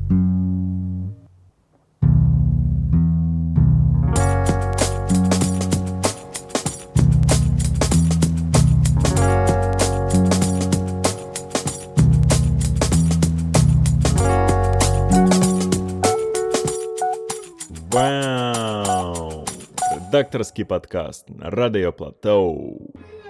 Вау! Редакторский подкаст на Радио Плато.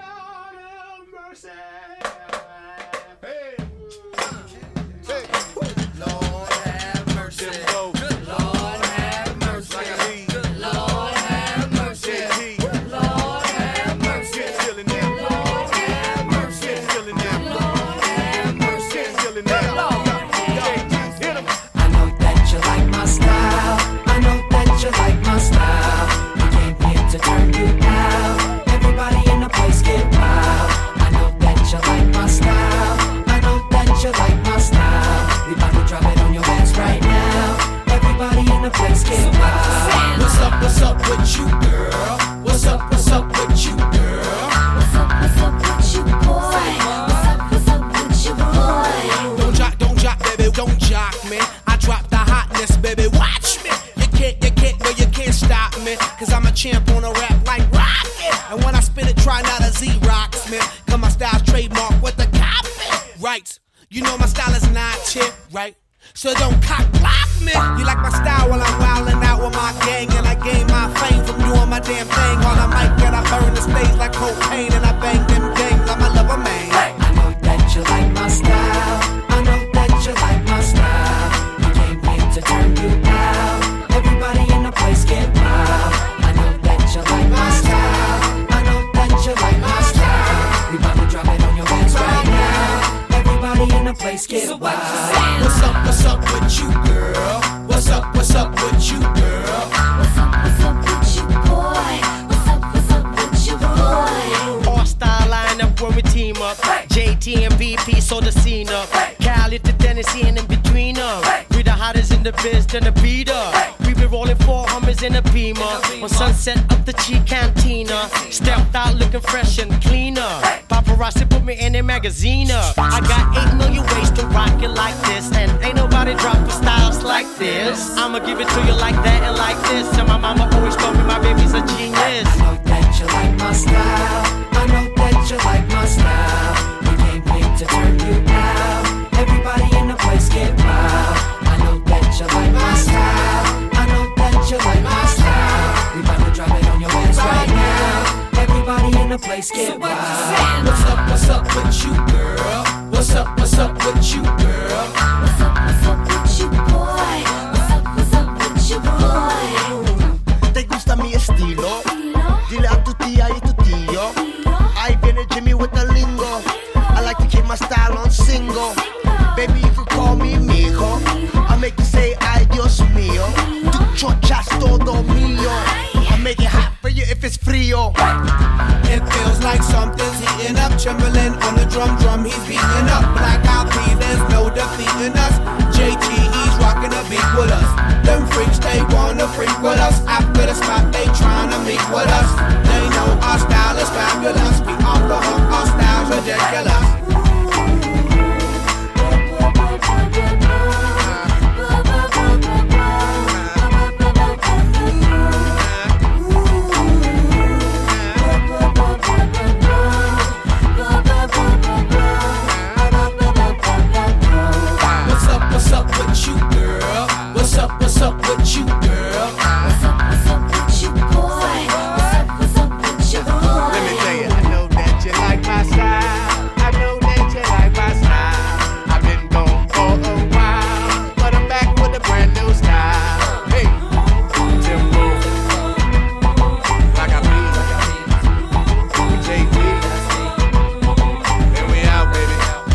So don't cock block me. You like my style while I'm wildin' out with my gang, and I gain my fame from doing my damn thing. On a mic that I burn the stage like cocaine, and I bang them gangs. I'm a lover man. Hey. I know that you like my style. I know that you like my style. You came here to turn you out. Everybody in the place get wild. I know that you like my style. I know that you like my style. We about to drop it on your ass right now. Everybody in the place get wild. What's up with you, girl? What's up with you, girl? What's up with you, boy? What's up with you, boy? All-star lineup when we team up. JT and BP, so the scene up. Cali to Tennessee and in between them. We the hottest in the biz, then the beat up. We been rolling 4 Hummers in a Beamer. On Sunset up the Chi Cantina. Stepped out looking fresh and cleaner. Paparazzi put me in a magazine up. I got 8 million ways to rock it like this, and ain't nobody dropping styles like this. I'ma give it to you like that and like this. And my mama always told me my baby's a genius. I know that you like my style. I know that you like my style. We came here to turn you out. Everybody in the place get wild. I know that you like my style. I know that you like my style. We about to drop it on your ass right now. Everybody in the place get wild. What's up with you, girl? What's up with you, girl? What's up with you, boy? What's up with you, boy? ¿Te gusta mi estilo? Dile a tu tía y tu tío. Ahí viene Jimmy with the lingo. I like to keep my style on single. Baby, you could call me mijo. I make you say ay Dios mío. Tu chocha's todo mío. I make it hot for you if it's frío. It feels like something's heating up. Timberland on the drum, he's beating up. Black Eyed Peas, there's no defeating us. JT, he's rocking the beat with us. Them freaks, they wanna freak with us. After the spot, they tryna meet with us. They know our style is fabulous. We off the hook, our style's ridiculous. What's up with you, girl? What's up with you, girl? What's up with you, boy? What's up with you, boy? Let me tell you, I know that you like my style. I know that you like my style. I've been gone for a while, but I'm back with a brand new style. Hey, Timbo, like I be, JP, and we out, baby.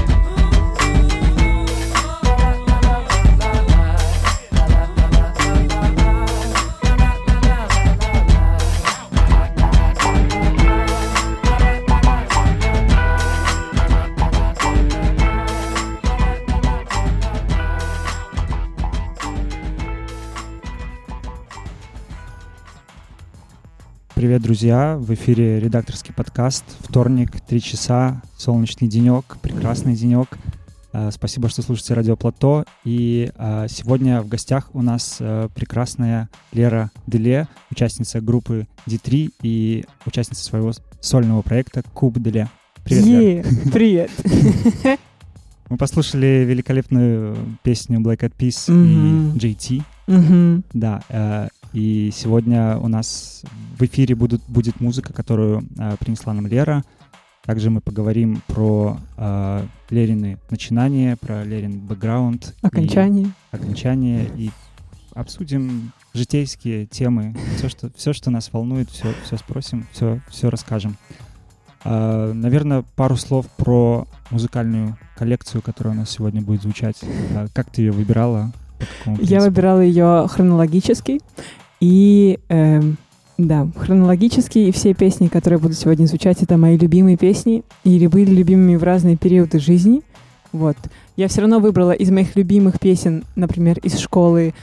Привет, друзья! В эфире редакторский подкаст. Вторник, 3 часа, солнечный денек, прекрасный денек. Спасибо, что слушаете Радио Плато. И сегодня в гостях у нас прекрасная Лера Деле, участница группы D3 и участница своего сольного проекта Куб Деле. Привет, Лера. Привет. Мы послушали великолепную песню Black Eyed Peas и JT. Да, и сегодня у нас в эфире будет музыка, которую принесла нам Лера. Также мы поговорим про Лерины начинания, про Лерин бэкграунд. Окончание. И обсудим житейские темы. Все, что нас волнует, все спросим, все расскажем. Наверное, пару слов про музыкальную коллекцию, которая у нас сегодня будет звучать. Как ты ее выбирала? Я выбирала ее хронологически. И хронологически. И все песни, которые будут сегодня звучать, это мои любимые песни. Или были любимыми в разные периоды жизни. Вот. Я все равно выбрала из моих любимых песен, например, из школы,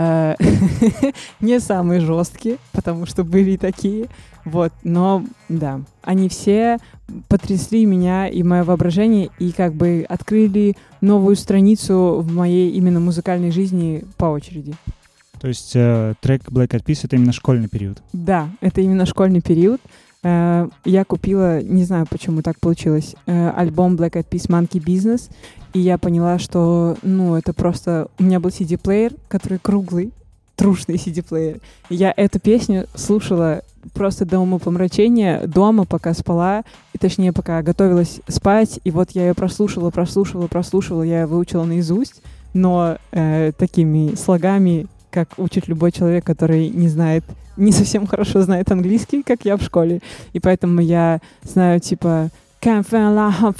не самые жесткие, потому что были и такие. Вот, но да, они все потрясли меня и мое воображение, и как бы открыли новую страницу в моей именно музыкальной жизни по очереди. То есть трек Black Eyed Peas — это именно школьный период? Да, это именно школьный период. Я купила, не знаю, почему так получилось, альбом Black Eyed Peas Monkey Business, и я поняла, что, это просто... У меня был CD-плеер, который круглый, трушный CD-плеер. И я эту песню слушала просто до умопомрачения дома, пока спала, и точнее, пока готовилась спать, и вот я ее прослушала, я ее выучила наизусть, но такими слогами, как учит любой человек, который не совсем хорошо знает английский, как я в школе. И поэтому я знаю, типа, в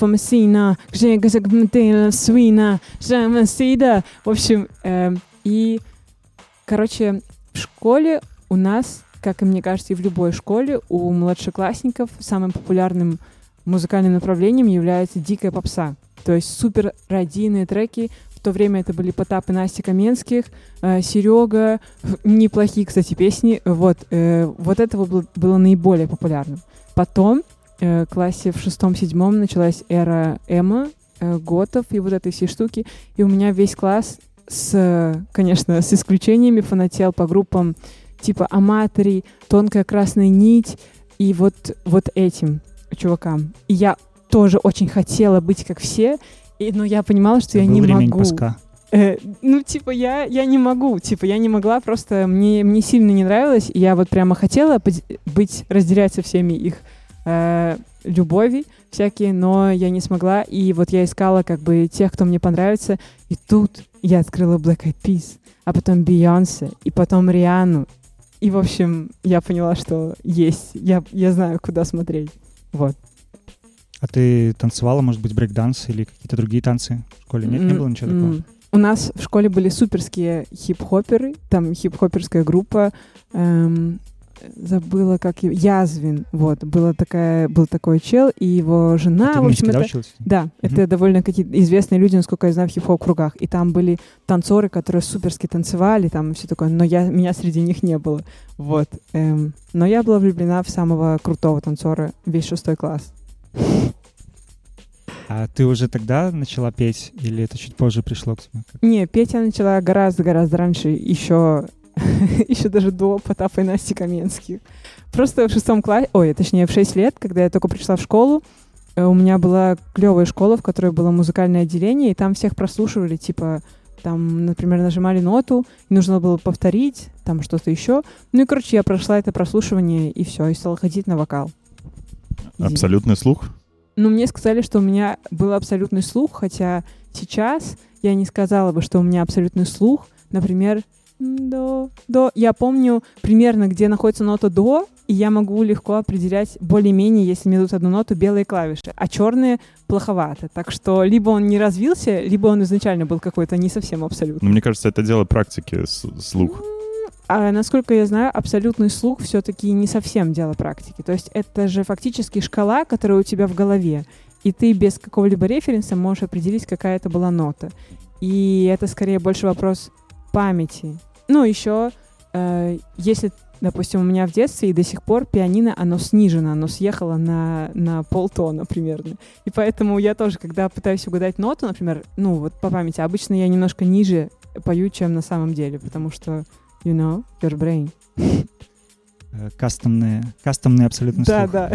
общем, в школе у нас, как и мне кажется, и в любой школе, у младшеклассников самым популярным музыкальным направлением является дикая попса. То есть супер радийные треки. В то время это были Потап и Настя Каменских, Серега, неплохие, кстати, песни. Вот это было наиболее популярным. Потом в классе в 6-7 началась эра эмо, готов и вот этой всей штуки. И у меня весь класс, конечно, с исключениями, фанател по группам типа Аматори, Тонкая красная нить и вот этим чувакам. И я тоже очень хотела быть как все, но я понимала, что я не могу. Паска. Я не могу. Я не могла, просто мне сильно не нравилось. И я вот прямо хотела разделять со всеми их любови всякие, но я не смогла. И вот я искала как бы тех, кто мне понравится. И тут я открыла Black Eyed Peas, а потом Бейонсе, и потом Риану. И, в общем, я поняла, что есть. Я знаю, куда смотреть. Вот. А ты танцевала, может быть, брейк-данс или какие-то другие танцы в школе? Нет, не было ничего такого? У нас в школе были суперские хип-хоперы, там хип-хоперская группа, забыла, как ее, Язвин, вот, был такой чел, и его жена, в общем, это довольно какие-то известные люди, насколько я знаю, в хип-хоп кругах, и там были танцоры, которые суперски танцевали, там и все такое, но меня среди них не было, вот, но я была влюблена в самого крутого танцора весь 6 класс. А ты уже тогда начала петь, или это чуть позже пришло к тебе? Не, петь я начала гораздо раньше, еще даже до Потапа и Насти Каменских. Просто в 6 классе, в 6 лет, когда я только пришла в школу, у меня была клевая школа, в которой было музыкальное отделение, и там всех прослушивали, типа, там, например, нажимали ноту, и нужно было повторить, там что-то еще. Я прошла это прослушивание, и все, и стала ходить на вокал. Абсолютный слух? Мне сказали, что у меня был абсолютный слух, хотя сейчас я не сказала бы, что у меня абсолютный слух. Например, до. Я помню примерно, где находится нота до, и я могу легко определять более-менее, если мне дадут одну ноту, белые клавиши, а черные плоховато. Так что либо он не развился, либо он изначально был какой-то не совсем абсолютный. Мне кажется, это дело практики, слух. А насколько я знаю, абсолютный слух все-таки не совсем дело практики. То есть это же фактически шкала, которая у тебя в голове. И ты без какого-либо референса можешь определить, какая это была нота. И это скорее больше вопрос памяти. Еще, если Допустим, у меня в детстве и до сих пор пианино, оно снижено, оно съехало на полтона примерно. И поэтому я тоже, когда пытаюсь угадать ноту, например, ну вот по памяти, обычно я немножко ниже пою, чем на самом деле, потому что, you know, your brain. Кастомный абсолютно слух. Да.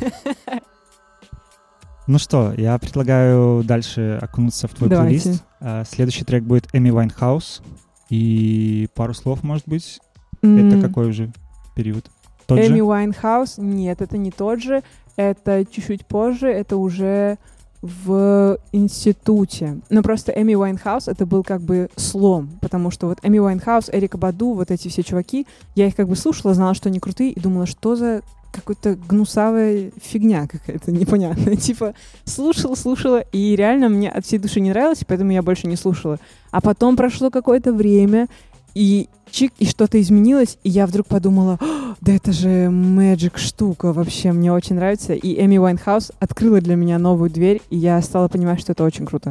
Ну что, я предлагаю дальше окунуться в твой плейлист. Следующий трек будет Эми Вайнхаус. И пару слов, может быть. Это какой уже период? Тот Эми же? Вайнхаус? Нет, это не тот же. Это чуть-чуть позже. Это уже в институте. Но просто Эми Вайнхаус — это был как бы слом. Потому что вот Эми Вайнхаус, Эрика Баду, вот эти все чуваки, я их как бы слушала, знала, что они крутые, и думала, что за какая-то гнусавая фигня какая-то непонятная. Типа слушала, и реально мне от всей души не нравилось, поэтому я больше не слушала. А потом прошло какое-то время, и чик, и что-то изменилось, и я вдруг подумала, да это же мэджик штука вообще, мне очень нравится. И Эми Вайнхаус открыла для меня новую дверь, и я стала понимать, что это очень круто.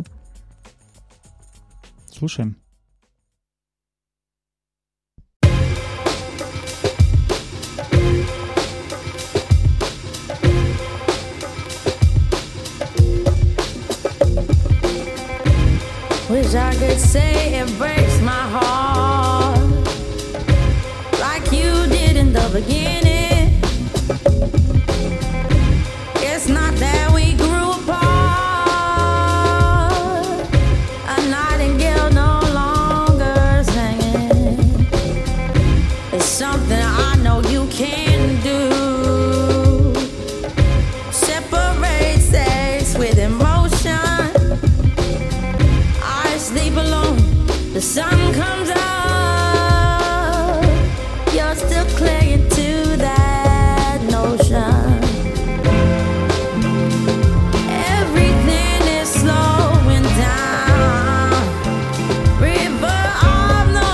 Слушаем. Wish I could say it breaks my heart like you did in the beginning. It's not that we grew apart. A nightingale no longer singing. It's something I know you can do. Separate sex with emotion. Sleep alone, the sun comes up. You're still clinging to that notion. Everything is slowing down. River of no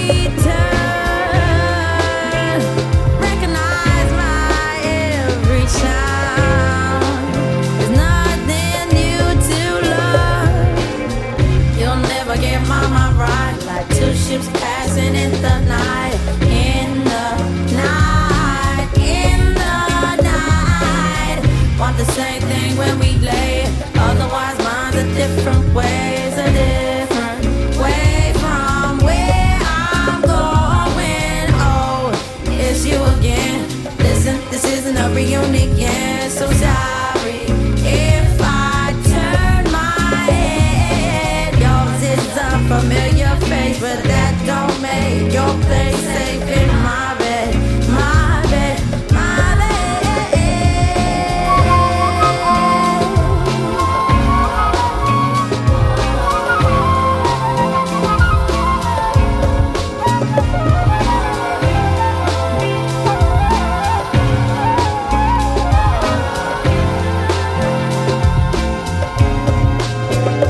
return. Recognize my every sound. There's nothing new to learn. You'll never get my mind right, like two ships passing in the night, in the night, in the night. Want the same thing when we lay, otherwise mine's a different ways, a different way from where I'm going. Oh, it's you again. Listen, this isn't a reunion, so sorry if I turn my head. Yours is a familiar face, but that don't make your place safe in my bed, my bed, my bed.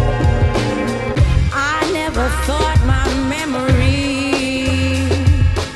I never thought my memory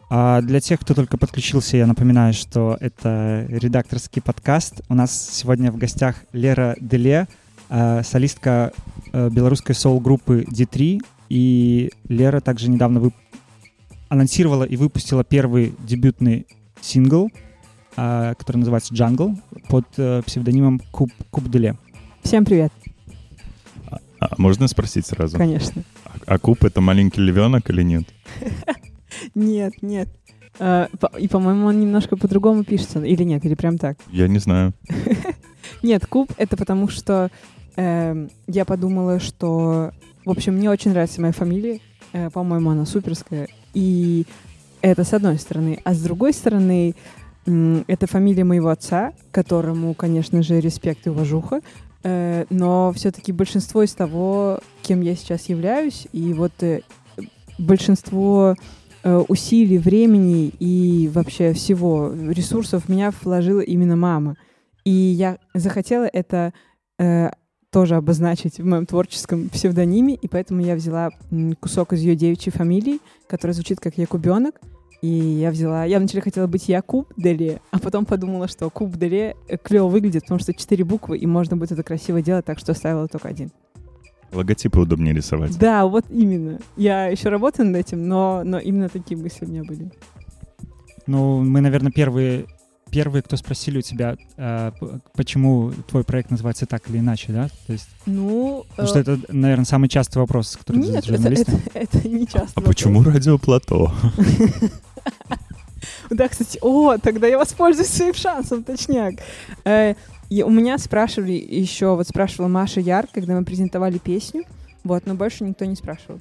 А для тех, кто только подключился, я напоминаю, что это редакторский подкаст. У нас сегодня в гостях Лера Деле, солистка белорусской соул-группы D3. И Лера также недавно анонсировала и выпустила первый дебютный сингл, который называется «Jungle», под псевдонимом Куб Деле. Всем привет. А можно спросить сразу? Конечно. А Куб — это маленький львенок или нет? Нет. И, по-моему, он немножко по-другому пишется. Или нет, или прям так? Я не знаю. Нет, Куб — это потому, что я подумала, что... В общем, мне очень нравится моя фамилия. По-моему, она суперская. И это с одной стороны. А с другой стороны, это фамилия моего отца, которому, конечно же, респект и уважуха. Но все-таки большинство из того, кем я сейчас являюсь, и вот большинство усилий, времени и вообще всего ресурсов в меня вложила именно мама. И я захотела это тоже обозначить в моем творческом псевдониме, и поэтому я взяла кусок из ее девичьей фамилии, которая звучит как Якубенок. И я вначале хотела быть Якуб Деле, а потом подумала, что Куб Деле клево выглядит, потому что 4 буквы, и можно будет это красиво делать, так что оставила только 1. Логотипы удобнее рисовать. Да, вот именно. Я еще работаю над этим, но именно такие мысли у меня были. Ну, мы, наверное, первые, кто спросили у тебя, почему твой проект называется так или иначе, да? То есть, потому что это, наверное, самый частый вопрос, который задают журналисты. Нет, это не часто. А почему радио Плато? Да, кстати, тогда я воспользуюсь своим шансом, точняк. И у меня спрашивали еще, спрашивала Маша Яр, когда мы презентовали песню, но больше никто не спрашивал.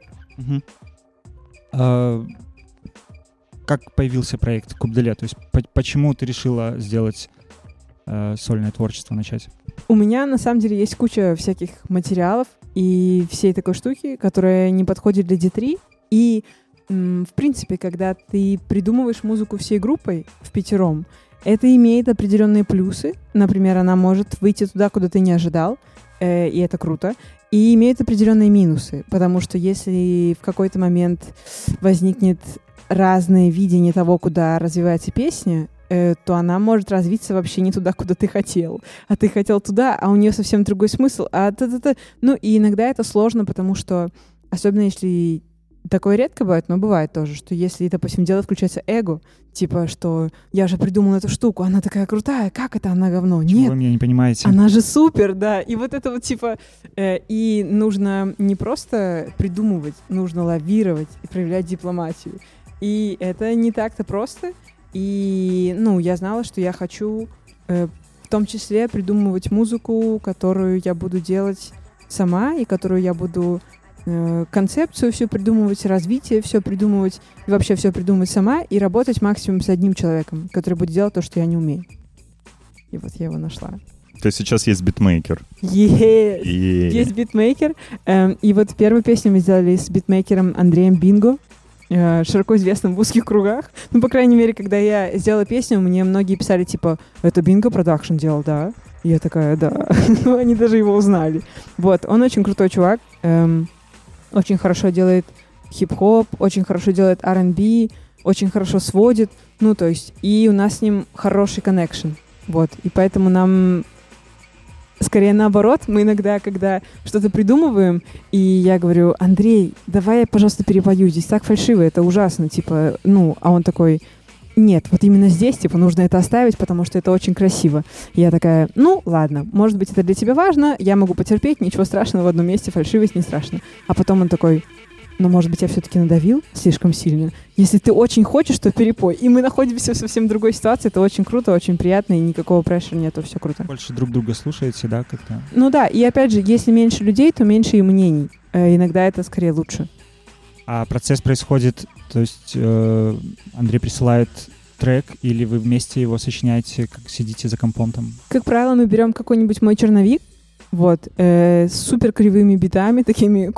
Как появился проект Куб Деле? То есть почему ты решила сделать сольное творчество, начать? У меня, на самом деле, есть куча всяких материалов и всей такой штуки, которая не подходит для D3. И, в принципе, когда ты придумываешь музыку всей группой впятером, это имеет определенные плюсы. Например, она может выйти туда, куда ты не ожидал, и это круто. И имеет определенные минусы, потому что если в какой-то момент возникнет разное видение того, куда развивается песня, то она может развиться вообще не туда, куда ты хотел. А ты хотел туда, а у нее совсем другой смысл. Ну, и иногда это сложно, потому что, особенно если такое редко бывает, но бывает тоже, что если, допустим, в дело включается эго, типа, что я же придумал эту штуку, она такая крутая, как это она говно? Чего Нет, вы меня не понимаете? Она же супер, да. И вот это и нужно не просто придумывать, нужно лавировать и проявлять дипломатию. И это не так-то просто. И, я знала, что я хочу в том числе придумывать музыку, которую я буду делать сама, и которую я буду концепцию все придумывать, развитие все придумывать, и вообще все придумывать сама, и работать максимум с одним человеком, который будет делать то, что я не умею. И вот я его нашла. То есть сейчас есть битмейкер? Есть битмейкер. И вот первую песню мы сделали с битмейкером Андреем Бинго, широко известным в узких кругах. По крайней мере, когда я сделала песню, мне многие писали, типа, это Бинго Продакшн делал, да? И я такая, да. Они даже его узнали. Он очень крутой чувак. Очень хорошо делает хип-хоп, очень хорошо делает R&B, очень хорошо сводит. И у нас с ним хороший коннекшн. И поэтому нам скорее наоборот, мы иногда, когда что-то придумываем, и я говорю, Андрей, давай я, пожалуйста, перепою, здесь так фальшиво, это ужасно, а он такой, нет, вот именно здесь, нужно это оставить, потому что это очень красиво. И я такая, ладно, может быть, это для тебя важно, я могу потерпеть, ничего страшного, в одном месте фальшивость не страшно. А потом он такой, может быть, я все-таки надавил слишком сильно. Если ты очень хочешь, то перепой. И мы находимся в совсем другой ситуации. Это очень круто, очень приятно, и никакого прессора нету, все круто. Больше друг друга слушаете, да, как-то? Да, и опять же, если меньше людей, то меньше и мнений. Иногда это скорее лучше. А процесс происходит, то есть Андрей присылает трек, или вы вместе его сочиняете, как сидите за компом там? Как правило, мы берем какой-нибудь мой черновик, с супер кривыми битами, такими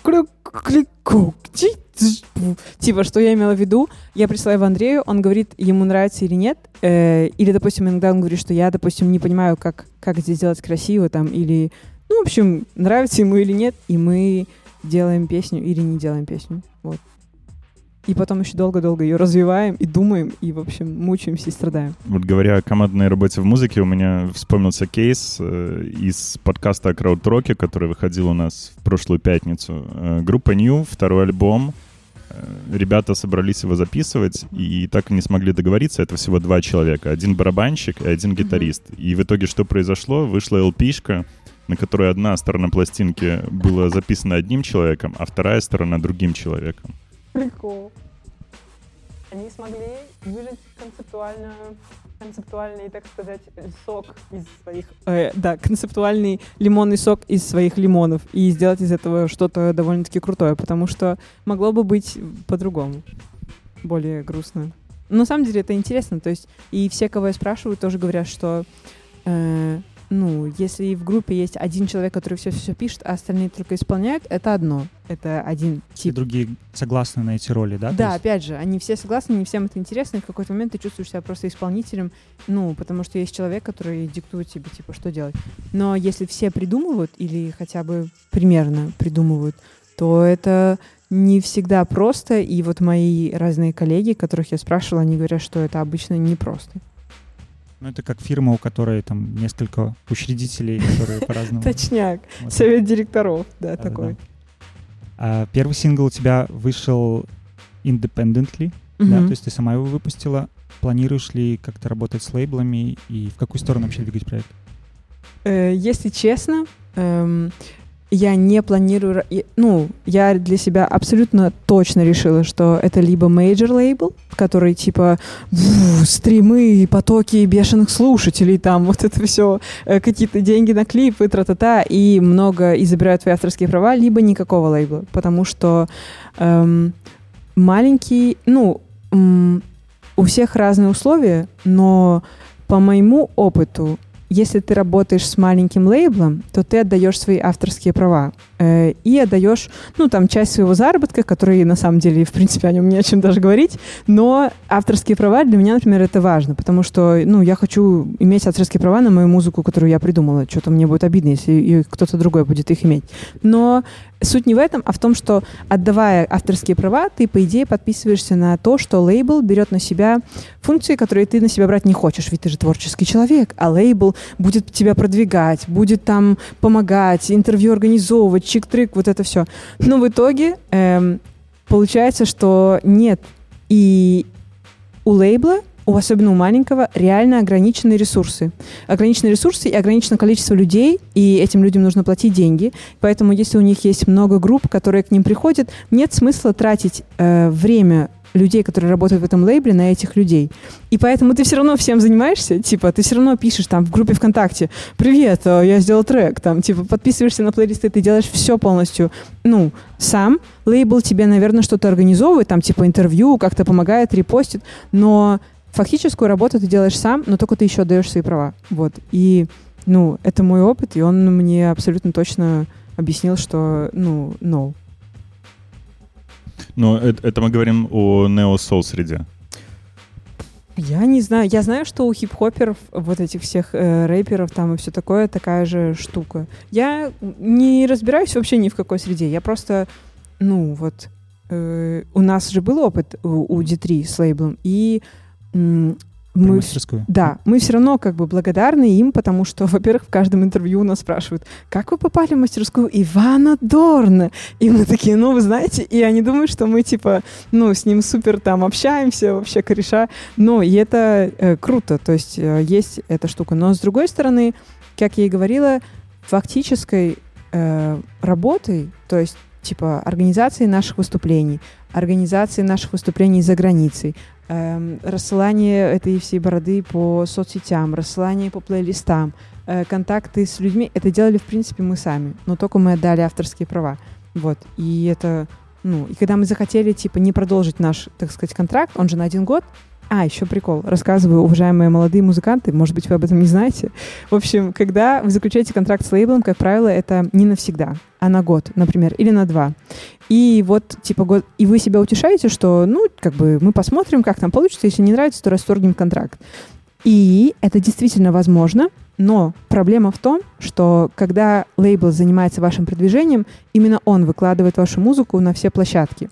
что я имела в виду, я присылаю его Андрею, он говорит, ему нравится или нет, или, допустим, иногда он говорит, что я, допустим, не понимаю, как здесь сделать красиво, или, в общем, нравится ему или нет, и мы делаем песню или не делаем песню, и потом еще долго-долго ее развиваем и думаем, и, в общем, мучаемся и страдаем. Вот говоря о командной работе в музыке, у меня вспомнился кейс из подкаста о крауд-роке, который выходил у нас в прошлую пятницу. Группа New, второй альбом. Ребята собрались его записывать и так и не смогли договориться. Это всего 2 человека. 1 барабанщик и 1 гитарист. И в итоге что произошло? Вышла LP-шка, на которой одна сторона пластинки была записана одним человеком, а вторая сторона другим человеком. Прикол. Они смогли выжать концептуальный, так сказать, сок из своих... концептуальный лимонный сок из своих лимонов и сделать из этого что-то довольно-таки крутое, потому что могло бы быть по-другому, более грустно. Но на самом деле это интересно, то есть и все, кого я спрашиваю, тоже говорят, что если в группе есть один человек, который все пишет, а остальные только исполняют, это одно. Это один тип. И другие согласны на эти роли, да? Да, опять же, они все согласны, не всем это интересно, и в какой-то момент ты чувствуешь себя просто исполнителем, потому что есть человек, который диктует тебе, типа, что делать. Но если все придумывают, или хотя бы примерно придумывают, то это не всегда просто, и вот мои разные коллеги, которых я спрашивала, они говорят, что это обычно непросто. Это как фирма, у которой там несколько учредителей, которые по-разному... Точняк. Совет директоров, да, такой. Первый сингл у тебя вышел independently, да, то есть ты сама его выпустила. Планируешь ли как-то работать с лейблами и в какую сторону вообще двигать проект? Если честно, я не планирую... я для себя абсолютно точно решила, что это либо major лейбл, который типа стримы, потоки бешеных слушателей, там вот это все, какие-то деньги на клипы, тра-та-та, и забирают твои авторские права, либо никакого лейбла, потому что маленький... у всех разные условия, но по моему опыту, если ты работаешь с маленьким лейблом, то ты отдаешь свои авторские права и отдаешь, часть своего заработка, который, на самом деле, в принципе, о нем не о чем даже говорить, но авторские права для меня, например, это важно, потому что, я хочу иметь авторские права на мою музыку, которую я придумала. Что-то мне будет обидно, если кто-то другой будет их иметь. Но суть не в этом, а в том, что, отдавая авторские права, ты, по идее, подписываешься на то, что лейбл берет на себя функции, которые ты на себя брать не хочешь, ведь ты же творческий человек, а лейбл будет тебя продвигать, будет там помогать, интервью организовывать, чик-трик, вот это все. Но в итоге получается, что нет. И у лейбла, особенно у маленького, реально ограниченные ресурсы. Ограниченные ресурсы и ограниченное количество людей, и этим людям нужно платить деньги. Поэтому если у них есть много групп, которые к ним приходят, нет смысла тратить время людей, которые работают в этом лейбле, на этих людей. И поэтому ты все равно всем занимаешься, ты все равно пишешь там в группе ВКонтакте: «Привет, я сделал трек», подписываешься на плейлисты, ты делаешь все полностью, сам. Лейбл тебе, наверное, что-то организовывает, интервью, как-то помогает, репостит, но фактическую работу ты делаешь сам, но только ты еще отдаешь свои права. Вот. И, это мой опыт, и он мне абсолютно точно объяснил, что, no. Но это мы говорим о нео-соул среде. Я не знаю. Я знаю, что у хип-хоперов, вот этих всех рэперов там и все такое, такая же штука. Я не разбираюсь вообще ни в какой среде. Я просто, у нас же был опыт у D3 с лейблом, и мы все равно благодарны им, потому что, во-первых, в каждом интервью нас спрашивают: как вы попали в мастерскую Ивана Дорна? И мы такие: вы знаете, и они думают, что мы с ним супер там общаемся, вообще кореша. И это круто, то есть есть эта штука. Но с другой стороны, как я и говорила, фактической работой, то есть организации наших выступлений за границей, рассылание этой всей бороды по соцсетям, рассылание по плейлистам, контакты с людьми, это делали, в принципе, мы сами, но только мы отдали авторские права. Вот. И это, и когда мы захотели, не продолжить наш, так сказать, контракт, он же на 1 год. Еще прикол. Рассказываю, уважаемые молодые музыканты, может быть, вы об этом не знаете. В общем, когда вы заключаете контракт с лейблом, как правило, это не навсегда, а на год, например, или на 2. И вот, год, и вы себя утешаете, что, мы посмотрим, как там получится, если не нравится, то расторгнем контракт. И это действительно возможно, но проблема в том, что когда лейбл занимается вашим продвижением, именно он выкладывает вашу музыку на все площадки.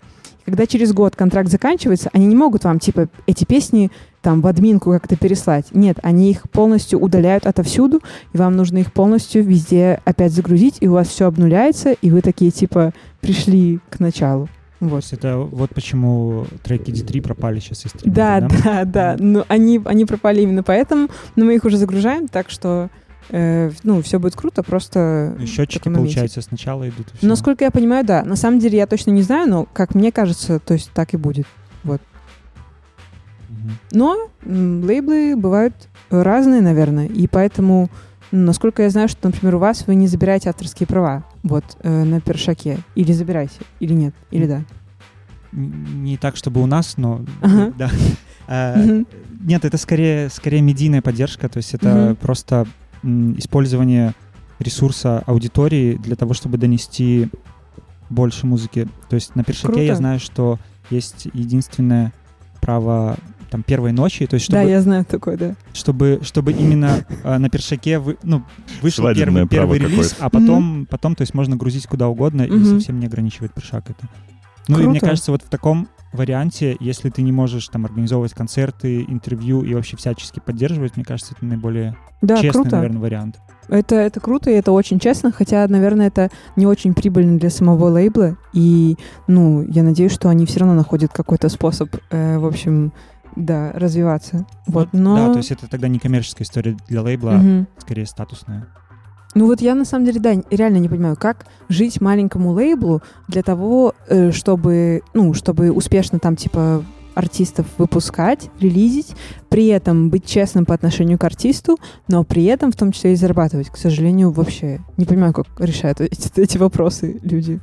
когда через год контракт заканчивается, они не могут вам, типа, эти песни там в админку как-то переслать. Нет, они их полностью удаляют отовсюду, и вам нужно их полностью везде опять загрузить, и у вас все обнуляется, и вы такие, типа, пришли к началу. То Вот. есть это вот почему треки D3 пропали сейчас из стрима. Да. Ну, они пропали именно поэтому, но мы их уже загружаем, так что, все будет круто, просто... Счетчики, в таком моменте. получается, сначала идут. И всё. Насколько я понимаю, да. На самом деле я точно не знаю, но, как мне кажется, то есть так и будет. Вот. Мгм. Но лейблы бывают разные, наверное, и поэтому, насколько я знаю, что, например, у вас вы не забираете авторские права вот на Першаке. Или забираете, или нет, или да. Не так, чтобы у нас, но Ага. да. Мгм. Нет, это скорее медийная поддержка, то есть это Мгм. просто использование ресурса аудитории для того, чтобы донести больше музыки. То есть на Першаке Круто. я знаю, что есть единственное право там первой ночи, то есть Да, чтобы, я знаю такое, да. чтобы именно на Першаке вышел Свадебное право первый релиз, какое-то. а потом, то есть можно грузить куда угодно и Мгм. совсем не ограничивает Першак это. Ну и мне Круто. кажется, вот в таком варианте, если ты не можешь там организовывать концерты, интервью и вообще всячески поддерживать, мне кажется, это наиболее Да, честный, круто. наверное, вариант. Это круто, и это очень честно, хотя, наверное, это не очень прибыльно для самого лейбла, и, я надеюсь, что они все равно находят какой-то способ, в общем, да, развиваться. Вот, но... Да, то есть это тогда не коммерческая история для лейбла, Мгм. а скорее статусная. Ну вот я на самом деле, да, реально не понимаю, как жить маленькому лейблу для того, чтобы успешно там, типа, артистов выпускать, релизить, при этом быть честным по отношению к артисту, но при этом в том числе и зарабатывать. К сожалению, вообще не понимаю, как решают эти вопросы люди.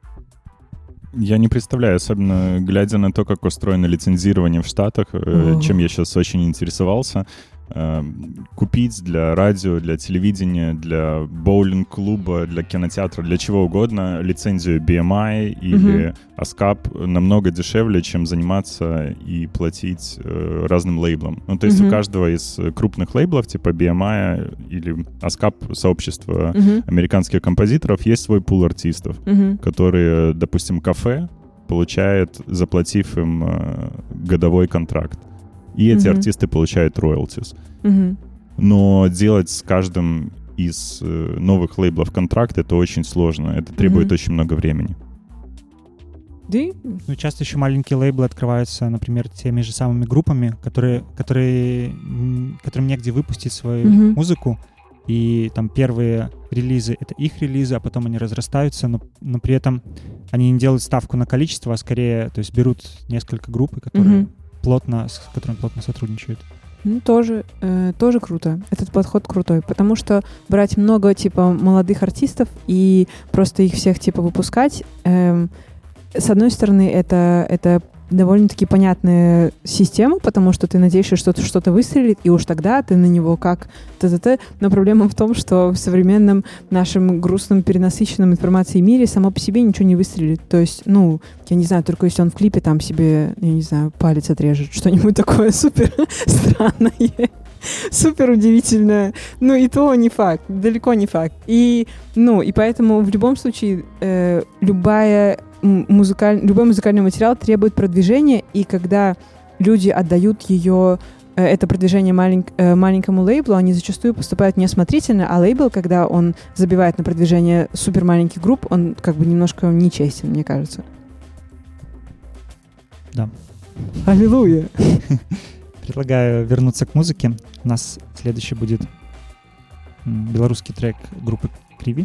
Я не представляю, особенно глядя на то, как устроено лицензирование в Штатах, чем я сейчас очень интересовался. Купить для радио, для телевидения, для боулинг-клуба, для кинотеатра, для чего угодно лицензию BMI или ASCAP намного дешевле, чем заниматься и платить разным лейблам. Ну, то есть у каждого из крупных лейблов, типа BMI или ASCAP, сообщества американских композиторов, есть свой пул артистов, которые, допустим, кафе получает, заплатив им годовой контракт. И эти артисты получают роялтис. Но делать с каждым из новых лейблов контракт — это очень сложно. Это требует очень много времени. Да? Ну, часто еще маленькие лейблы открываются, например, теми же самыми группами, которым негде выпустить свою музыку. И там первые релизы — это их релизы, а потом они разрастаются, но при этом они не делают ставку на количество, а скорее, то есть берут несколько групп, которые с которыми плотно сотрудничают. Ну, тоже круто. Этот подход крутой, потому что брать много, типа, молодых артистов и просто их всех, типа, выпускать, с одной стороны, это довольно-таки понятная система, потому что ты надеешься, что что-то выстрелит, и уж тогда ты на него как т-т-т. Но проблема в том, что в современном нашем грустном, перенасыщенном информацией мире само по себе ничего не выстрелит. То есть, я не знаю, только если он в клипе там себе, я не знаю, палец отрежет, что-нибудь такое супер странное, супер удивительное. И то не факт, далеко не факт. И поэтому в любом случае любой музыкальный материал требует продвижения, и когда люди отдают это продвижение маленькому лейблу, они зачастую поступают неосмотрительно, а лейбл, когда он забивает на продвижение супер маленьких групп, он как бы немножко нечестен, мне кажется. Да. Аллилуйя! Предлагаю вернуться к музыке. У нас следующий будет белорусский трек группы Крыви.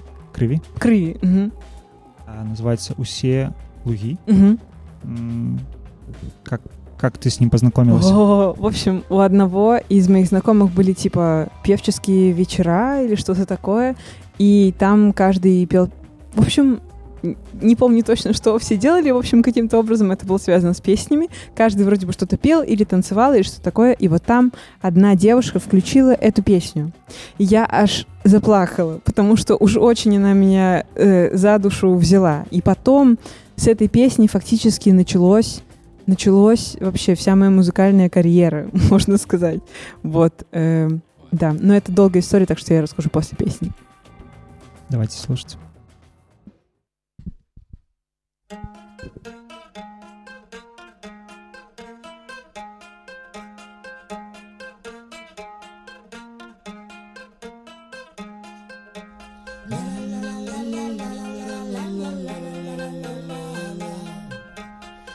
Называется «Усе луги». Как ты с ним познакомилась? В общем, у одного из моих знакомых были типа певческие вечера или что-то такое, и там каждый пел... В общем, не помню точно, что все делали. В общем, каким-то образом это было связано с песнями. Каждый вроде бы что-то пел или танцевал, или что-то такое. И вот там одна девушка включила эту песню. И я аж заплакала, потому что уж очень она меня за душу взяла. И потом с этой песни фактически началась вообще вся моя музыкальная карьера, можно сказать. Вот, да. Но это долгая история, так что я расскажу после песни. Давайте слушать.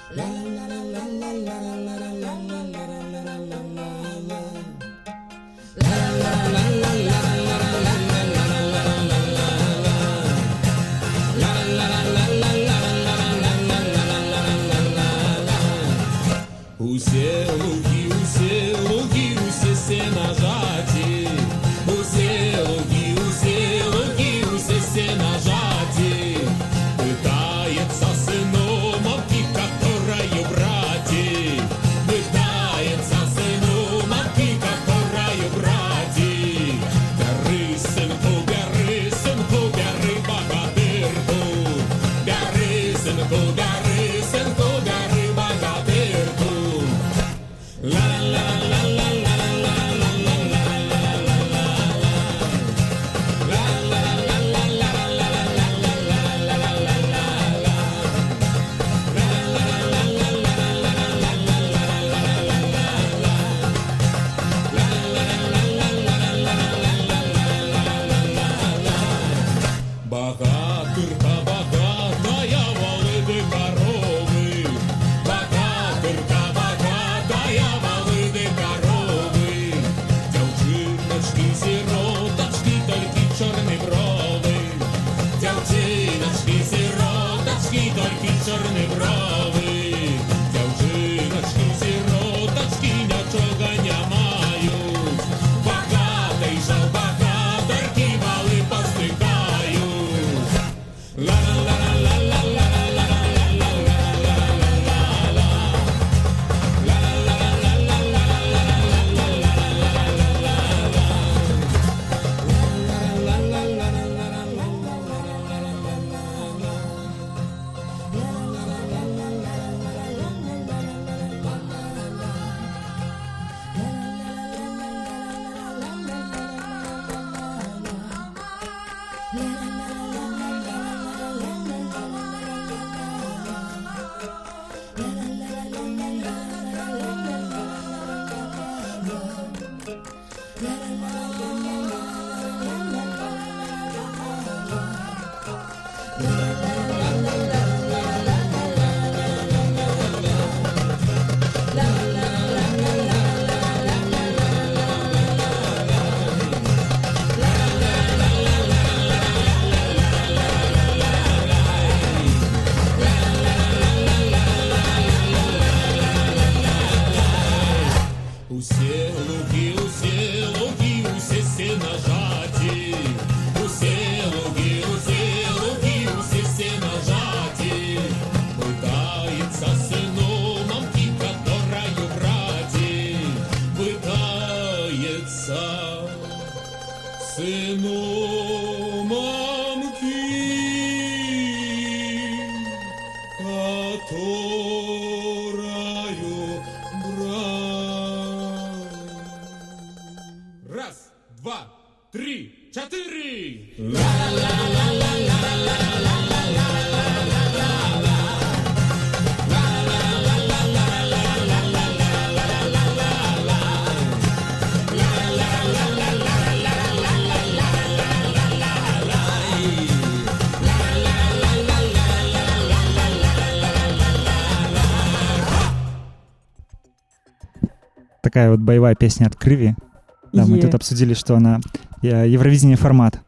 Усе луги, усе сенажаті, усе луги, усе сенажаті. Пытается сыну мамки, которая брати. Пытается сыну мамки, которая брати. Бяры, сынку, бяры богатырку. Бяры, сынку, бяры богатырку. Богатырка, богатая, волыды коровы. Богатырка, богатая, волыды коровы. Дзяўчыначкі, сіротачкі, толькі чорны бровы. Дзяўчыначкі, сіротачкі, толькі чорны бровы. Дзяўчыначкі, сіротачкі, нічога не маюць. Багатай жа багатаркі, валы пастыкаюць. Усе луги, усе сенажаті. Усе луги, усе сенажаті. Пытается сыну мамки, которая брати. Пытается сыну мамки, которая брать. Раз, два, три, четыре. Такая вот боевая песня от Крыви. Да, мы тут обсудили, что она Евровидение формат.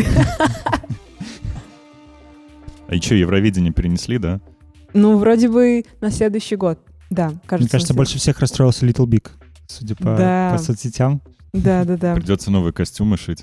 А и что, Евровидение перенесли, да? Ну, вроде бы на следующий год. Да, кажется. Мне кажется, больше всех расстроился Little Big, судя по соцсетям. Да. Придется новые костюмы шить.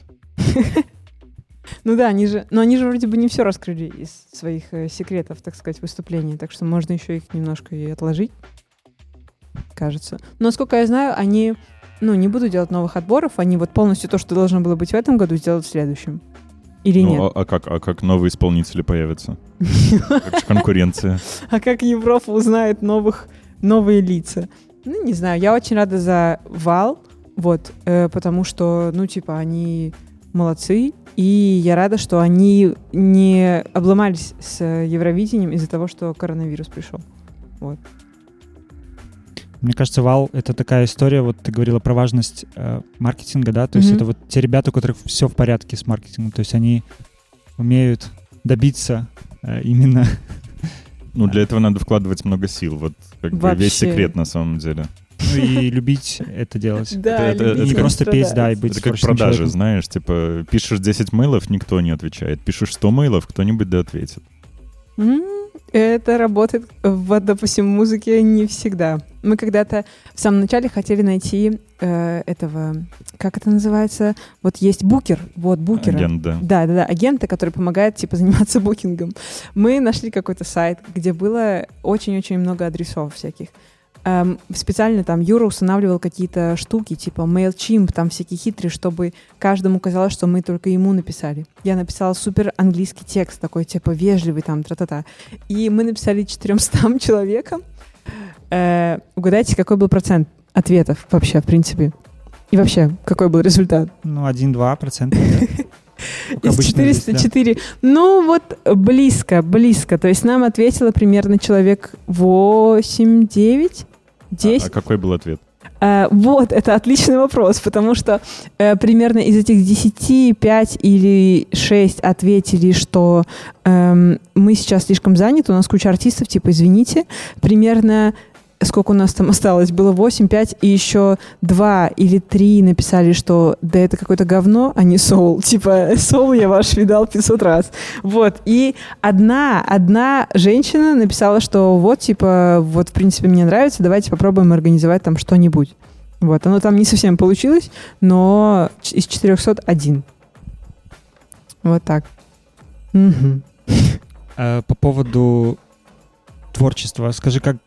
Ну да, они же вроде бы не все раскрыли из своих секретов, так сказать, выступлений, так что можно еще их немножко и отложить, кажется. Но, насколько я знаю, они, не будут делать новых отборов, они вот полностью то, что должно было быть в этом году, сделают в следующем. Или нет? А как новые исполнители появятся? Как же конкуренция? А как Европа узнает новые лица? Ну, не знаю, я очень рада за Вал, вот, потому что, они молодцы, и я рада, что они не обломались с Евровидением из-за того, что коронавирус пришел. Вот. Мне кажется, Вал — это такая история, вот ты говорила про важность маркетинга, да, то есть это вот те ребята, у которых все в порядке с маркетингом, то есть они умеют добиться именно Ну, для этого надо вкладывать много сил. Вот как бы Вообще. весь секрет на самом деле. Ну и любить это делать. Да, Это любить Не как- просто петь, да, и быть Это как творческим продажи, человеком. знаешь, типа пишешь 10 мейлов, никто не отвечает. Пишешь 100 мейлов, кто-нибудь да ответит. Это работает допустим, в музыке не всегда. Мы когда-то в самом начале хотели найти этого, как это называется? Вот есть букер, вот букера. Агент, да. Да, агента, который помогает, типа, заниматься букингом. Мы нашли какой-то сайт, где было очень-очень много адресов всяких. Специально там Юра устанавливал какие-то штуки, типа MailChimp, там всякие хитрые, чтобы каждому казалось, что мы только ему написали. Я написала супер английский текст, такой, типа, вежливый, там, тра-та-та. И мы написали 400 человекам. Угадайте, какой был процент ответов вообще, в принципе? И вообще, какой был результат? Ну, 1-2%. Из 404. Ну, вот близко. То есть нам ответило примерно человек 8-9, 10. А какой был ответ? Вот, это отличный вопрос, потому что примерно из этих 10, 5 или 6 ответили, что мы сейчас слишком заняты, у нас куча артистов, типа, извините. Примерно, сколько у нас там осталось, было 8, 5, и еще 2 или 3 написали, что да это какое-то говно, а не соул. Типа, соул я ваш видал 500 раз. Вот, и одна женщина написала, что вот, типа, вот, в принципе, мне нравится, давайте попробуем организовать там что-нибудь. Вот, оно там не совсем получилось, но из 401. Вот так. Мгм. По поводу творчества, скажи, как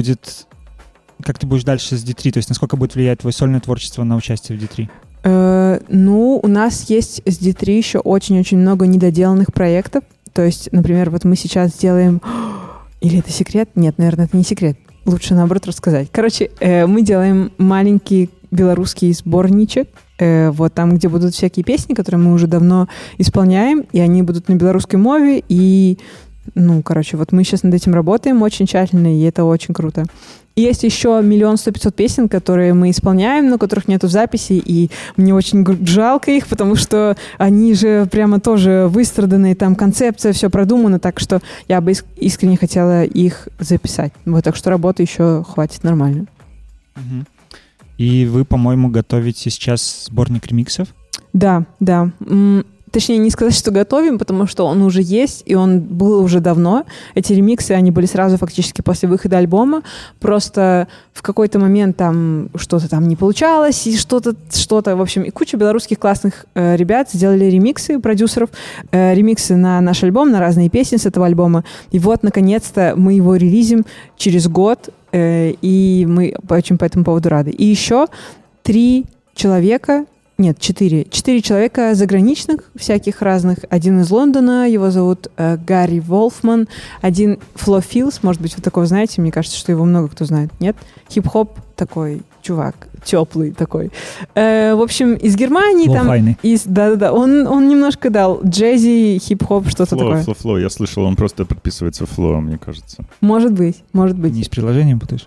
ты будешь дальше с D3, то есть насколько будет влиять твое сольное творчество на участие в D3? Ну, у нас есть с D3 еще очень-очень много недоделанных проектов. То есть, например, вот мы сейчас делаем... Или это секрет? Нет, наверное, это не секрет. Лучше, наоборот, рассказать. Короче, мы делаем маленький белорусский сборничек, вот там, где будут всякие песни, которые мы уже давно исполняем, и они будут на белорусской мове, и, ну, короче, вот мы сейчас над этим работаем очень тщательно, и это очень круто. И есть еще 1 100 500 песен, которые мы исполняем, но которых нету в записи, и мне очень жалко их, потому что они же прямо тоже выстраданные, там концепция, все продумано, так что я бы искренне хотела их записать. Вот, так что работы еще хватит нормально. Мгм. И вы, по-моему, готовите сейчас сборник ремиксов? Да. Точнее, не сказать, что готовим, потому что он уже есть, и он был уже давно. Эти ремиксы, они были сразу фактически после выхода альбома. Просто в какой-то момент там что-то там не получалось, и что-то, в общем, и куча белорусских классных ребят сделали ремиксы, продюсеров, ремиксы на наш альбом, на разные песни с этого альбома. И вот, наконец-то, мы его релизим через год, и мы очень по этому поводу рады. И еще 4 человека заграничных, всяких разных. Один из Лондона, его зовут Гарри Волфман. Один Фло Филс, может быть, вы такого знаете, мне кажется, что его много кто знает. Нет? Хип-хоп такой чувак, теплый такой. В общем, из Германии там... Лоу-файный. Да. Он немножко дал джези, хип-хоп, что-то такое. Фло. Я слышал, он просто подписывается Фло, мне кажется. Может быть. Не с приложением путаешь?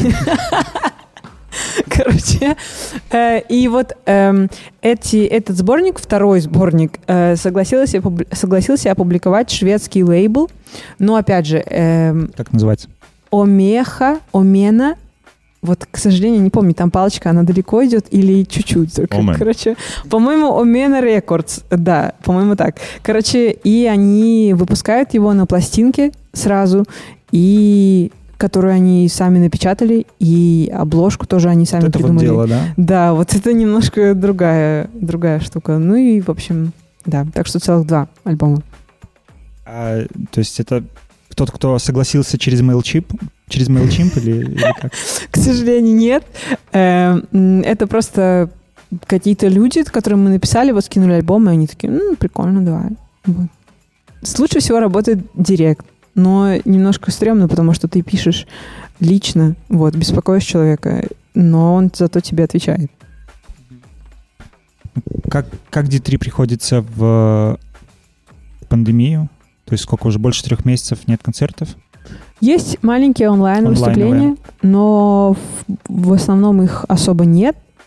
Короче, и вот этот сборник, второй сборник, согласился опубликовать шведский лейбл, но опять же... Как называется? Омена. Вот, к сожалению, не помню, там палочка, она далеко идет или чуть-чуть только. Омен. Короче, по-моему, Омена Рекордс. Да, по-моему, так. Короче, и они выпускают его на пластинке сразу, и которую они сами напечатали, и обложку тоже они сами Вот это придумали. вот дело, да? Да, вот это немножко другая штука. Ну и, в общем, да. Так что целых 2 альбома. То есть это тот, кто согласился через MailChimp или как? К сожалению, нет. Это просто какие-то люди, которым мы написали, вот скинули альбом, и они такие, прикольно, давай. Вот. Лучше всего работает директ, но немножко стрёмно, потому что ты пишешь лично, вот, беспокоишь человека, но он зато тебе отвечает. Как D3 приходится в пандемию? То есть сколько, уже больше 3 месяцев нет концертов? Есть маленькие онлайн-выступления, но в основном их особо нет.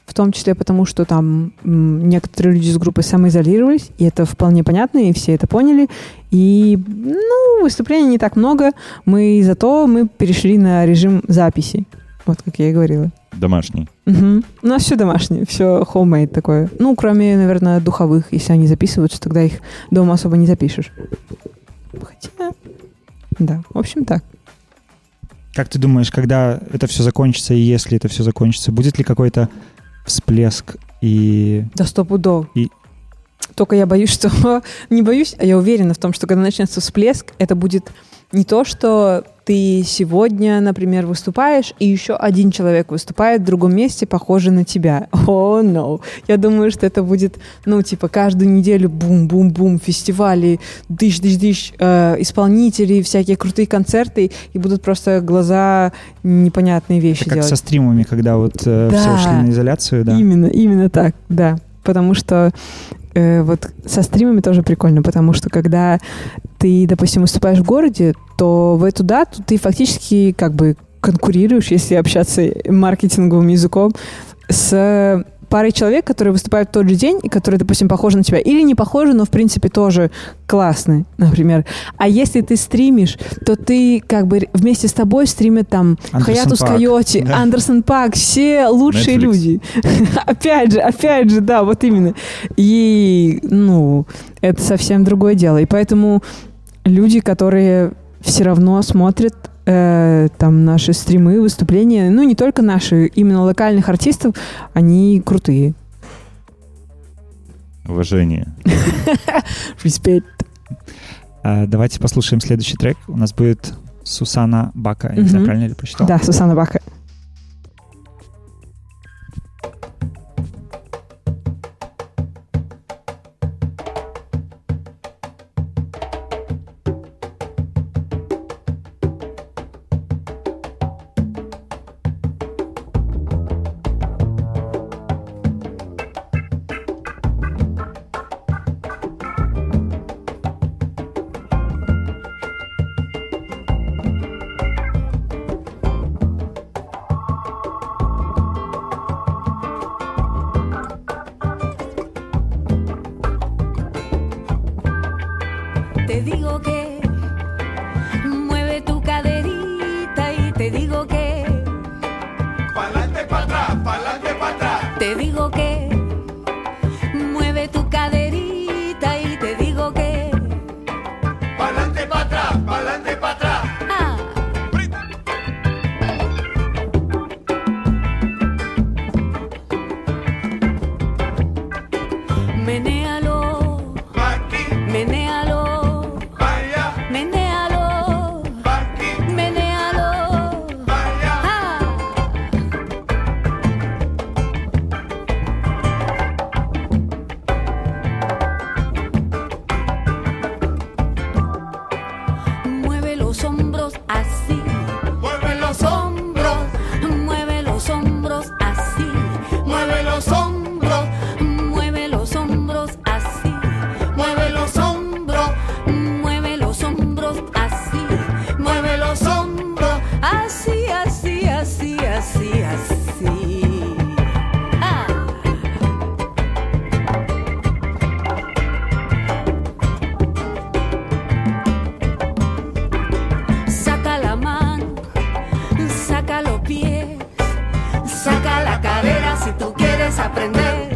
в том числе потому, что там некоторые люди из группы самоизолировались, и это вполне понятно, и все это поняли. И, выступлений не так много, зато мы перешли на режим записи, вот как я и говорила. Домашний. Угу. У нас все домашнее, все homemade такое. Кроме, наверное, духовых, если они записываются, тогда их дома особо не запишешь. Хотя, да, в общем, так. Как ты думаешь, когда это все закончится, и если это все закончится, будет ли какой-то всплеск и... Да стопудов. Только я боюсь, что... Не боюсь, а я уверена в том, что когда начнется всплеск, это будет не то, что ты сегодня, например, выступаешь, и еще один человек выступает в другом месте, похожий на тебя. О, no. Я думаю, что это будет, каждую неделю бум-бум-бум, фестивали, дыщ-дыщ-дыщ, исполнители, всякие крутые концерты, и будут просто глаза непонятные вещи это как делать. Со стримами, когда все ушли на изоляцию, да? Именно так, да. Потому что вот со стримами тоже прикольно, потому что когда ты, допустим, выступаешь в городе, то в эту дату ты фактически конкурируешь, если общаться маркетинговым языком, с парой человек, которые выступают в тот же день и которые, допустим, похожи на тебя. Или не похожи, но, в принципе, тоже классные, например. А если ты стримишь, то ты вместе с тобой стримят там Хаятус Койоти, Андерсон Пак, все лучшие Netflix. люди. Опять же, да, вот именно. И, это совсем другое дело. И поэтому люди, которые все равно смотрят там наши стримы, выступления, не только наши, именно локальных артистов, они крутые. Уважение. Респект. Давайте послушаем следующий трек. У нас будет Сусана Бака. Я не знаю, правильно ли прочитал? Да, Сусана Бака. Te digo que mueve tu caderita y te digo que Pa'lante, pa' atrás, pa'lante, pa' atrás. te digo que mueve tu caderita y te digo que Pa'lante, pa' atrás, pa'lante, pa' atrás. ah, menéalo, Pa' aquí, menéalo, pa' allá, menéalo, pa' aquí, menéalo. pa' allá. Ah. Mueve los hombros así, Mueve los hombros, mueve los hombros así, mueve los hombros, mueve los hombros así, mueve los hombros, mueve los hombros así, mueve los hombros así, así, así, así, así. Ah. Saca la mano, saca los pies, saca la cadera si tú quieres aprender.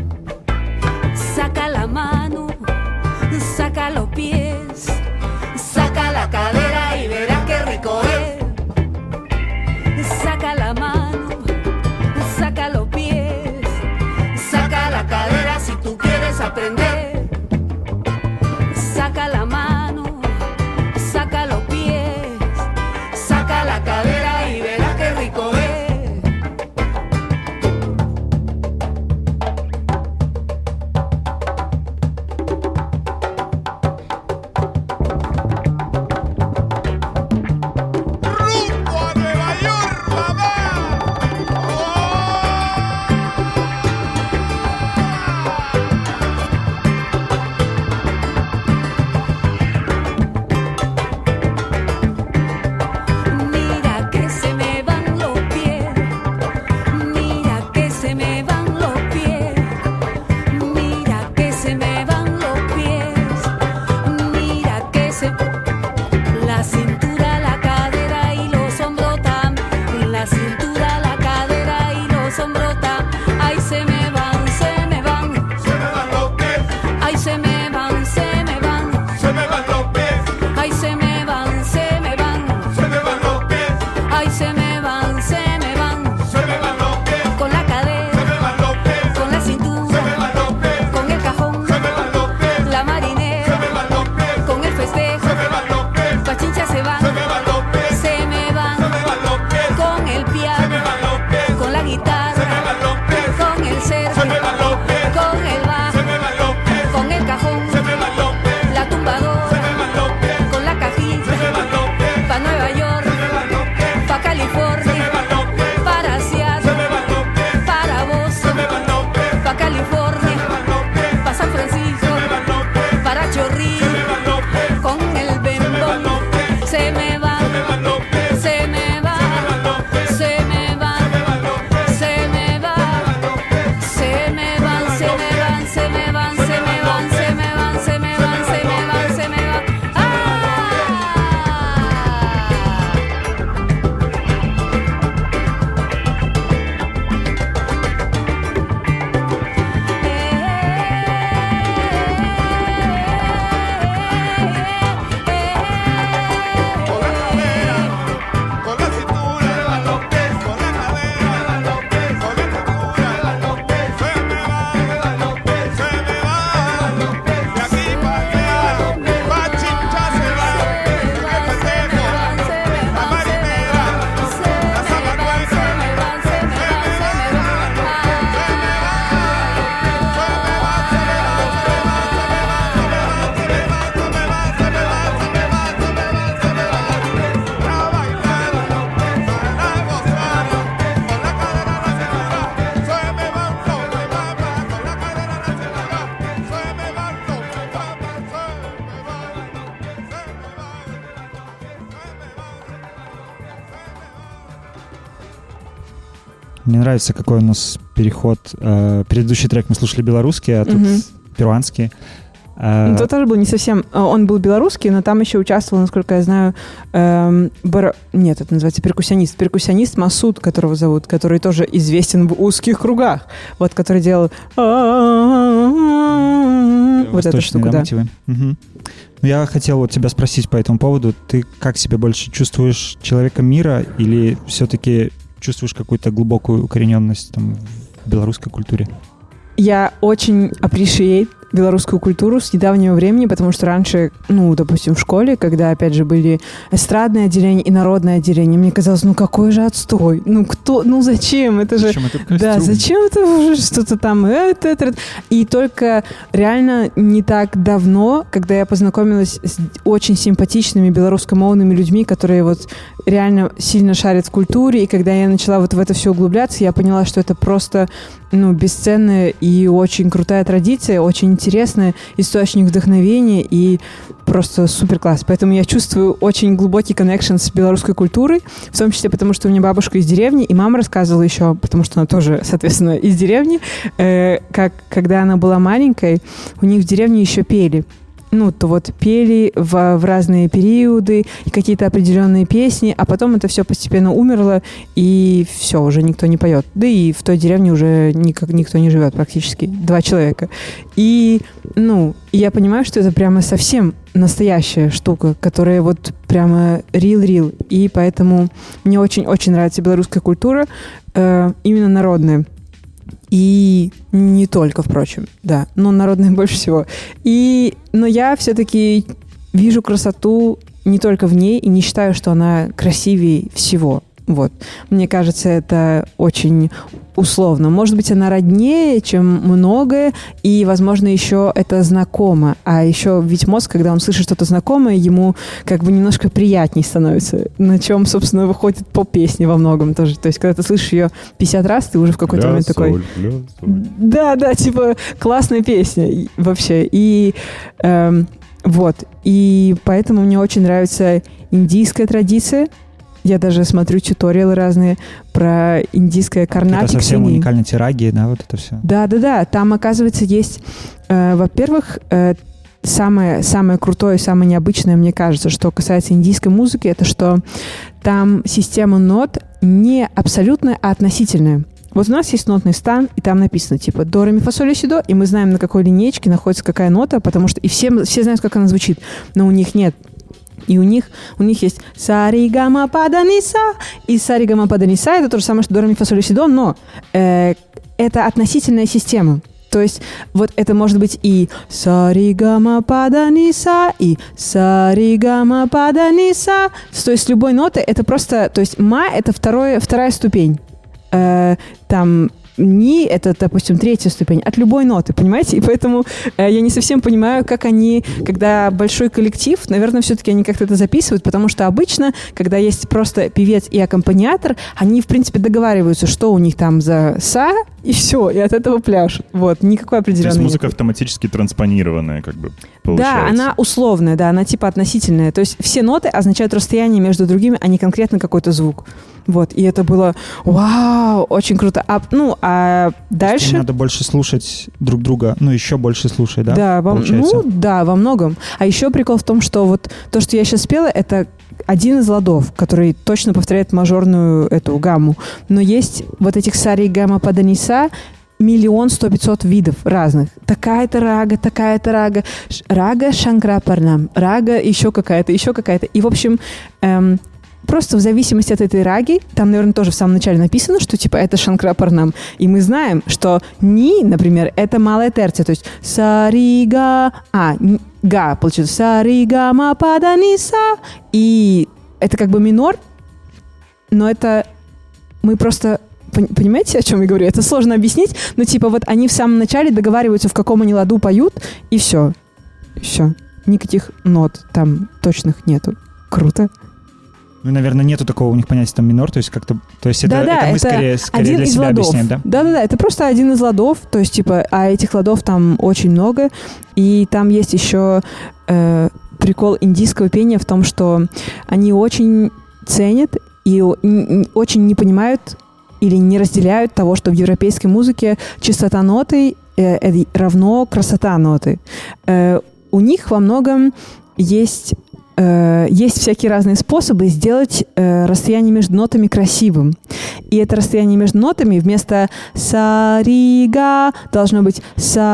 Saca la mano, saca los pies, saca la cadera y verás qué rico es. Saca la mano, saca los pies, saca la cadera si tú quieres aprender. Saca la mano, saca los pies, saca la cadera y verás qué rico es. la cintura, la cadera y los hombros. Ay, se me van, se me van. Se me van los pies, Ay, se me van, se me van. se me van los pies, Ay, se me van, se me van. se me van los pies, Ay, se me van, se me van. se me van los pies, Con la se cadera, me van los pies, con la se me cintura, van los pies, con el cajón, se me van los pies, la se marinera, me van los pies, con el festejo. se me van los pies, Pachincha se van, se me van los pies, se me van. se me van los pies, Con el se me piano, van los pies, con la se me guitarra, van los pies, con el cerro, se me van los pies, con el bajo, se me van los pies, con el cajón, se me van los pies, la se tumbadora, me van los pies, con la se me cajita, van los pies, pa' Nueva York, se me van los pies, pa' se me California, van los pies, para se Seattle, me van los pies, para se Boston, me van los pies, pa' California, se me van los pies, pa' San Francisco, se me van los pies, para Chorrillo, se me van los pies, con el bembón, se me va, se me van los pies, se me va, se me va, se me va, se me van, se me van, se me van, se me van, se me van, se me van, se me van, se me van. ¡Ah! con la cadera, con la cintura, los pies, con la cadera, los pies, con la cintura, los pies, se me van los pies, se me van los pies, de aquí para allá, pa' Chincha se va, el festejo, la marinera, la zapacueca, se me van, se me van, se me van, Мне нравится, какой у нас переход. Предыдущий трек мы слушали белорусский, а тут перуанский. Ну, то тоже был не совсем... Он был белорусский, но там еще участвовал, насколько я знаю, нет, это называется перкуссионист. Перкуссионист Масуд, которого зовут, который тоже известен в узких кругах. Вот, который делал... Вот эту штуку, да. мотивы. Мгм. Ну, я хотел вот тебя спросить по этому поводу. Ты как себя больше чувствуешь человеком мира или все-таки чувствуешь какую-то глубокую укорененность там, в белорусской культуре? Я очень appreciate белорусскую культуру с недавнего времени, потому что раньше, ну, допустим, в школе, когда, опять же, были эстрадное отделение и народное отделение, мне казалось, ну, какой же отстой, ну, кто, ну, зачем, это же... Зачем это костюм? Да, зачем это уже что-то там, это. И только реально не так давно, когда я познакомилась с очень симпатичными белорусскомовными людьми, которые вот реально сильно шарят в культуре, и когда я начала вот в это все углубляться, я поняла, что это просто, ну, бесценная и очень крутая традиция, очень интересный источник вдохновения и просто супер класс. Поэтому я чувствую очень глубокий коннекшн с белорусской культурой, в том числе потому, что у меня бабушка из деревни, и мама рассказывала еще, потому что она тоже, соответственно, из деревни, как когда она была маленькой, у них в деревне еще пели. Ну, то вот пели в разные периоды и какие-то определенные песни, а потом это все постепенно умерло, и все, уже никто не поет. Да и в той деревне уже никто не живет практически, 2 человека. И, ну, я понимаю, что это прямо совсем настоящая штука, которая вот прямо real. И поэтому мне очень-очень нравится белорусская культура, именно народная. И не только, впрочем, да, но народные больше всего. Но я все-таки вижу красоту не только в ней и не считаю, что она красивее всего. Вот. Мне кажется, это очень условно. Может быть, она роднее, чем многое, и, возможно, еще это знакомо. А еще ведь мозг, когда он слышит что-то знакомое, ему как бы немножко приятней становится, на чем, собственно, выходит поп-песня во многом тоже. То есть, когда ты слышишь ее 50 раз, ты уже в какой-то момент такой... Да, типа, классная песня вообще. И вот. И поэтому мне очень нравится индийская традиция. Я даже смотрю туториалы разные про индийское карнатик. Это совсем уникальные тираги, да, вот это все. Да. Там, оказывается, есть, во-первых, самое крутое, самое необычное, мне кажется, что касается индийской музыки, это что там система нот не абсолютное, а относительное. Вот у нас есть нотный стан, и там написано типа до, ре, ми, фа, соль, ля, си, до, и мы знаем, на какой линеечке находится какая нота, потому что и все знают, как она звучит, но у них нет. И у них есть са-ри, га-ма, па-да, ни, са, и са-ри, га-ма, па-да, ни, са, это то же самое, что до, ре, ми, фа, соль, ля, си, до, но это относительная система. То есть вот это может быть и са-ри, га-ма, па-да, ни, са, и са-ри, га-ма, па-да, ни, са. То есть любой ноты это просто... То есть ма — это вторая ступень. Там ни — это, допустим, третья ступень от любой ноты, понимаете? И поэтому я не совсем понимаю, как они, когда большой коллектив, наверное, все-таки они как-то это записывают, потому что обычно, когда есть просто певец и аккомпаниатор, они, в принципе, договариваются, что у них там за са, и все, и от этого пляшут. Вот, никакой определенной. То есть музыка нет. автоматически транспонированная, как бы, получается. Да, она условная, да, она типа относительная. То есть все ноты означают расстояние между другими, а не конкретно какой-то звук. Вот, и это было вау, очень круто. А дальше... Им надо больше слушать друг друга, еще больше слушать, да? Да, во многом. А еще прикол в том, что вот то, что я сейчас спела, это один из ладов, который точно повторяет мажорную эту гамму. Но есть вот этих сари, гамма, па, да, ни, са, 1 100-500 видов разных. Такая-то рага, рага Шанкрапарнам, рага еще какая-то. И, в общем, просто в зависимости от этой раги, там, наверное, тоже в самом начале написано, что, типа, это Шанкрапарнам. И мы знаем, что ни, например, это малая терция, то есть сарига, га, получается, сарига, ма, па, да, ни, са. И это как бы минор, но это мы просто... Понимаете, о чем я говорю? Это сложно объяснить, но, типа, вот они в самом начале договариваются, в каком они ладу поют, и все. Все. Никаких нот там точных нету. Круто. Ну, наверное, нету такого у них понятия там минор, то есть как-то... То есть это мы скорее для себя объясняем, да? Да-да-да, это просто один из ладов, то есть, типа, а этих ладов там очень много, и там есть еще прикол индийского пения в том, что они очень ценят и очень не понимают или не разделяют того, что в европейской музыке чистота ноты равно красота ноты. У них во многом есть всякие разные способы сделать расстояние между нотами красивым. И это расстояние между нотами вместо са-ри-га должно быть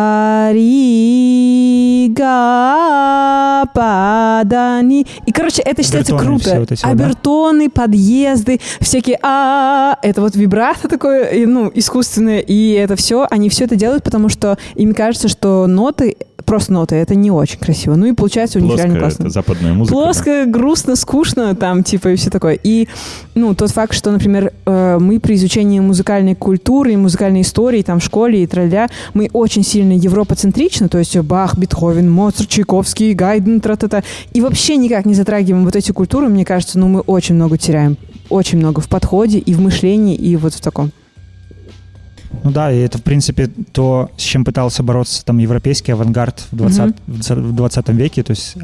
са-ри-га па-да-ни. И, короче, это считается круто. Вот обертоны, подъезды, всякие это вот вибрато такое, искусственное. И это все, они все это делают, потому что им кажется, что ноты, просто ноты, это не очень красиво. Ну и получается у них реально классно. Это западная музыка. Плоско, грустно, скучно, там, типа, и все такое. И, тот факт, что, например, мы при изучении музыкальной культуры и музыкальной истории, там, в школе и тролля, мы очень сильно европоцентричны, то есть Бах, Бетховен, Моцарт, Чайковский, Гайден, тра-та-та, и вообще никак не затрагиваем вот эти культуры, мне кажется, мы очень много теряем. Очень много в подходе и в мышлении, и вот в таком. Ну да, и это, в принципе, то, с чем пытался бороться там европейский авангард в 20 веке, то есть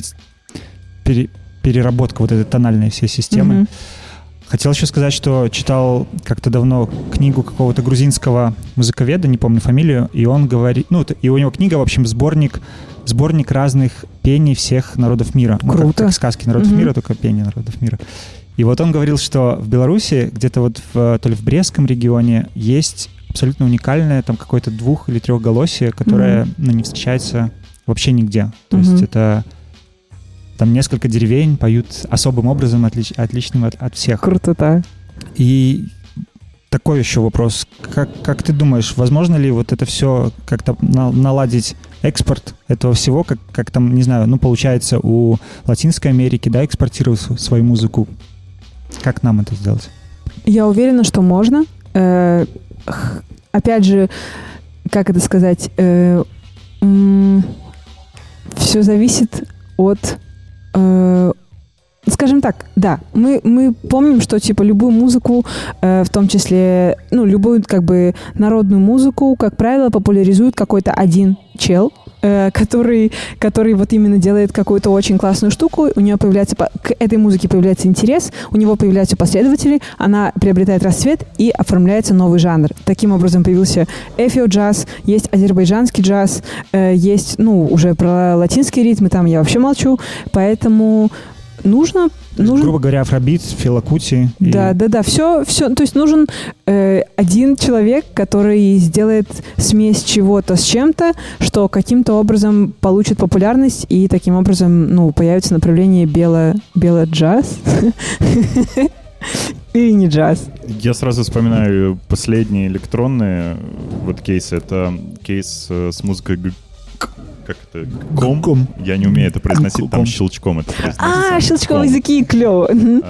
переработка вот этой тональной всей системы. Хотел еще сказать, что читал как-то давно книгу какого-то грузинского музыковеда, не помню фамилию, и он говорит, и у него книга, в общем, сборник разных пений всех народов мира. Круто. Как сказки народов мира, только пение народов мира. И вот он говорил, что в Беларуси, где-то вот то ли в Брестском регионе, есть абсолютно уникальное там какое-то 2- или 3-голосие, которое не встречается вообще нигде. То есть это там несколько деревень поют особым образом, отличным от всех. Круто, да. И такой еще вопрос. Как ты думаешь, возможно ли вот это все как-то наладить экспорт этого всего, как там, не знаю, получается у Латинской Америки, да, экспортировать свою музыку? Как нам это сделать? Я уверена, что можно. Опять же, как это сказать, все зависит от... Скажем так, да, мы помним, что типа любую музыку, в том числе, любую как бы народную музыку, как правило, популяризует какой-то один чел, который вот именно делает какую-то очень классную штуку, у него появляется, к этой музыке появляется интерес, у него появляются последователи, она приобретает расцвет и оформляется новый жанр. Таким образом появился эфио-джаз, есть азербайджанский джаз, есть, уже про латинские ритмы, там я вообще молчу, поэтому нужно... Грубо говоря, афробит, Фела Кути. Да, все, то есть нужен один человек, который сделает смесь чего-то с чем-то, что каким-то образом получит популярность, и таким образом, появится направление бело-джаз. Или не джаз. Я сразу вспоминаю последние электронные кейсы. Это кейс с музыкой как это? Ком. Я не умею это произносить, там щелчком это произносится. Щелчком языки, клево.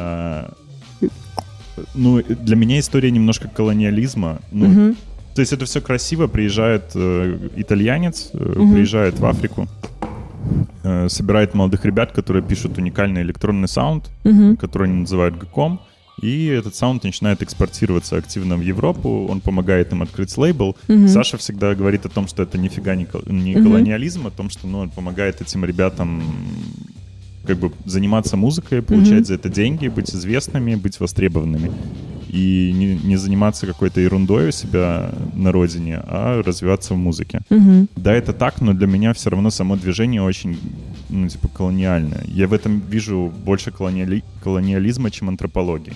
Для меня история немножко колониализма. То есть это все красиво. Приезжает итальянец, приезжает в Африку, собирает молодых ребят, которые пишут уникальный электронный саунд, который они называют ГКом. И этот саунд начинает экспортироваться активно в Европу. Он помогает им открыть лейбл. Саша всегда говорит о том, что это нифига не колониализм, о том, что он помогает этим ребятам заниматься музыкой, получать за это деньги, быть известными, быть востребованными. И не заниматься какой-то ерундой у себя на родине, а развиваться в музыке. Да, это так, но для меня все равно само движение очень, колониальное. Я в этом вижу больше колониализма, чем антропологии.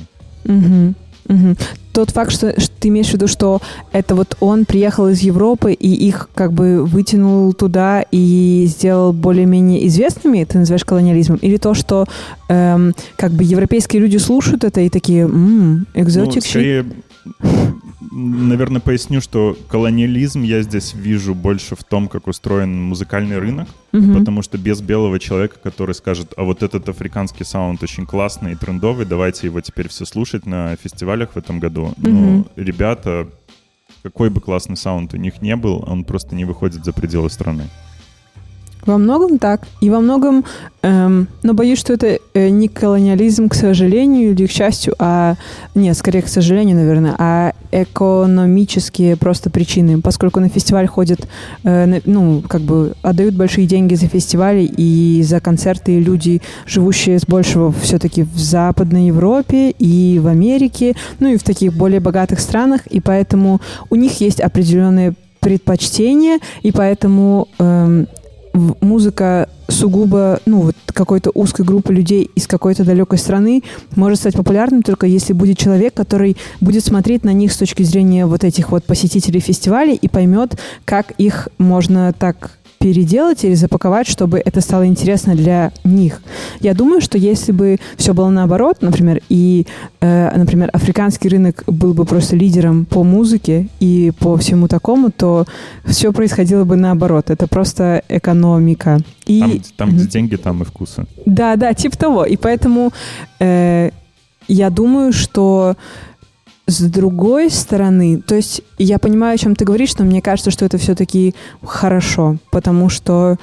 Тот факт, что ты имеешь в виду, что это он приехал из Европы и их вытянул туда и сделал более-менее известными, ты называешь колониализмом, или то, что европейские люди слушают это и такие, экзотик. Скорее, наверное, поясню, что колониализм я здесь вижу больше в том, как устроен музыкальный рынок, потому что без белого человека, который скажет, а вот этот африканский саунд очень классный и трендовый, давайте его теперь все слушать на фестивалях в этом году. Ребята, какой бы классный саунд у них не был, он просто не выходит за пределы страны. Во многом так. И во многом, но боюсь, что это не колониализм, к сожалению, или к счастью, нет, скорее, к сожалению, наверное, а экономические просто причины. Поскольку на фестиваль ходят, отдают большие деньги за фестивали и за концерты люди, живущие с большего все-таки в Западной Европе и в Америке, и в таких более богатых странах, и поэтому у них есть определенные предпочтения, и поэтому... музыка сугубо, какой-то узкой группы людей из какой-то далекой страны может стать популярным только если будет человек, который будет смотреть на них с точки зрения этих посетителей фестивалей и поймет, как их можно так переделать или запаковать, чтобы это стало интересно для них. Я думаю, что если бы все было наоборот, например, например, африканский рынок был бы просто лидером по музыке и по всему такому, то все происходило бы наоборот. Это просто экономика. Там где деньги, там и вкусы. Да, типа того. И поэтому я думаю, что с другой стороны, то есть я понимаю, о чем ты говоришь, но мне кажется, что это все-таки хорошо, потому что,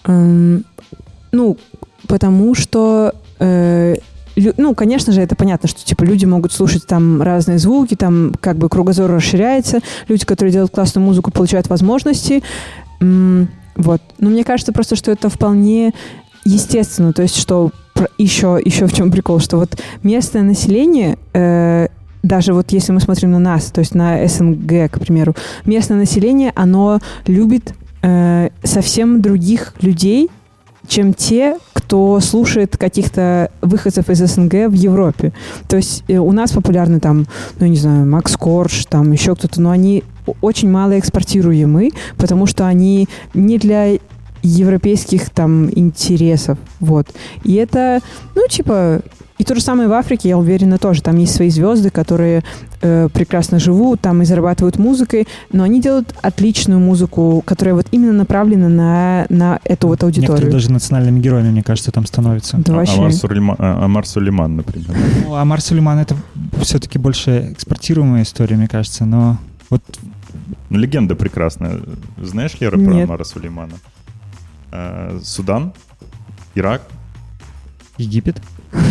конечно же, это понятно, что люди могут слушать там разные звуки, там кругозор расширяется, люди, которые делают классную музыку, получают возможности, Но мне кажется просто, что это вполне естественно, то есть что еще в чем прикол, что местное население даже если мы смотрим на нас, то есть на СНГ, к примеру, местное население, оно любит совсем других людей, чем те, кто слушает каких-то выходцев из СНГ в Европе. То есть у нас популярны Макс Корж, еще кто-то, но они очень мало экспортируемы, потому что они не для европейских интересов. И это, и то же самое в Африке, я уверена, тоже. Там есть свои звезды, которые прекрасно живут, там и зарабатывают музыкой, но они делают отличную музыку, которая именно направлена на эту аудиторию. Некоторые даже национальными героями, мне кажется, там становятся. Да, Амар Сулейман, например. Амар Сулейман — это все-таки больше экспортируемая история, мне кажется, но легенда прекрасная. Знаешь ли про Амара Сулеймана? Судан, Ирак, Египет.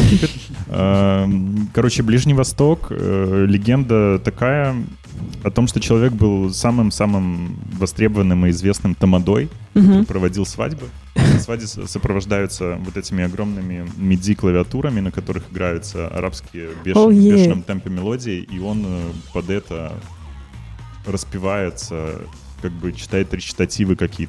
Короче, Ближний Восток, легенда такая о том, что человек был самым-самым востребованным и известным тамадой, который проводил свадьбы. Свадьбы сопровождаются этими огромными MIDI-клавиатурами, на которых играются арабские в бешеном темпе мелодии, и он под это распевается, читает речитативы какие-то.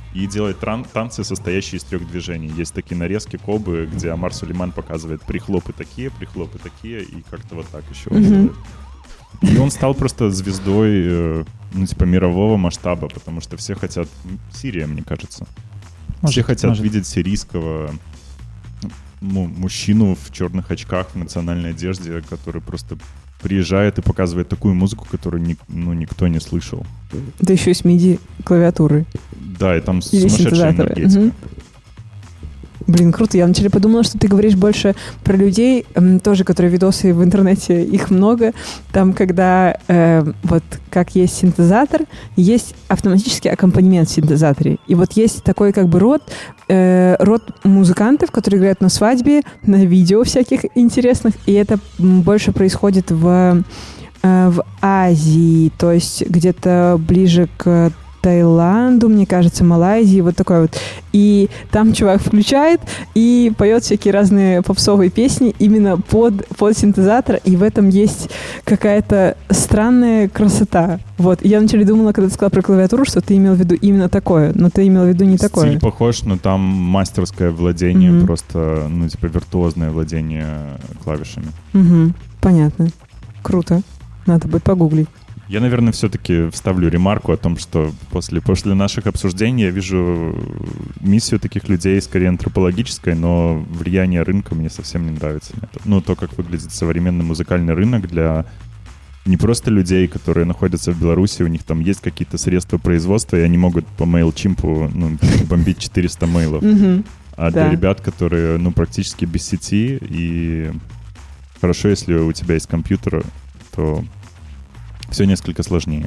и делает танцы, состоящие из 3 движений. Есть такие нарезки Кобы, где Амар Сулейман показывает прихлопы такие, и как-то вот так еще он делает. И он стал просто звездой, мирового масштаба, потому что все хотят... Сирия, мне кажется. Все хотят видеть сирийского мужчину в черных очках, в национальной одежде, который просто приезжает и показывает такую музыку, которую никто не слышал. Да еще и с MIDI-клавиатурой. Да, и там сумасшедшая энергетика. Блин, круто. Я вначале подумала, что ты говоришь больше про людей, тоже, которые видосы в интернете, их много. Там, когда вот как есть синтезатор, есть автоматический аккомпанемент в синтезаторе. И вот есть такой как бы род музыкантов, которые играют на свадьбе, на видео всяких интересных. И это больше происходит в Азии, то есть где-то ближе к Таиланду, мне кажется, Малайзии, вот такой вот. И там чувак включает и поет всякие разные попсовые песни именно под синтезатор, и в этом есть какая-то странная красота. Вот. И я вначале думала, когда ты сказала про клавиатуру, что ты имел в виду именно такое, но ты имел в виду не такое. Стиль похож, но там мастерское владение, просто, виртуозное владение клавишами. Понятно. Круто. Надо будет погуглить. Я, наверное, все-таки вставлю ремарку о том, что после наших обсуждений я вижу миссию таких людей скорее антропологической, но влияние рынка мне совсем не нравится. То, как выглядит современный музыкальный рынок для не просто людей, которые находятся в Беларуси, у них там есть какие-то средства производства, и они могут по MailChimp бомбить 400 мейлов. А для ребят, которые, практически без сети, и хорошо, если у тебя есть компьютер, то все несколько сложнее.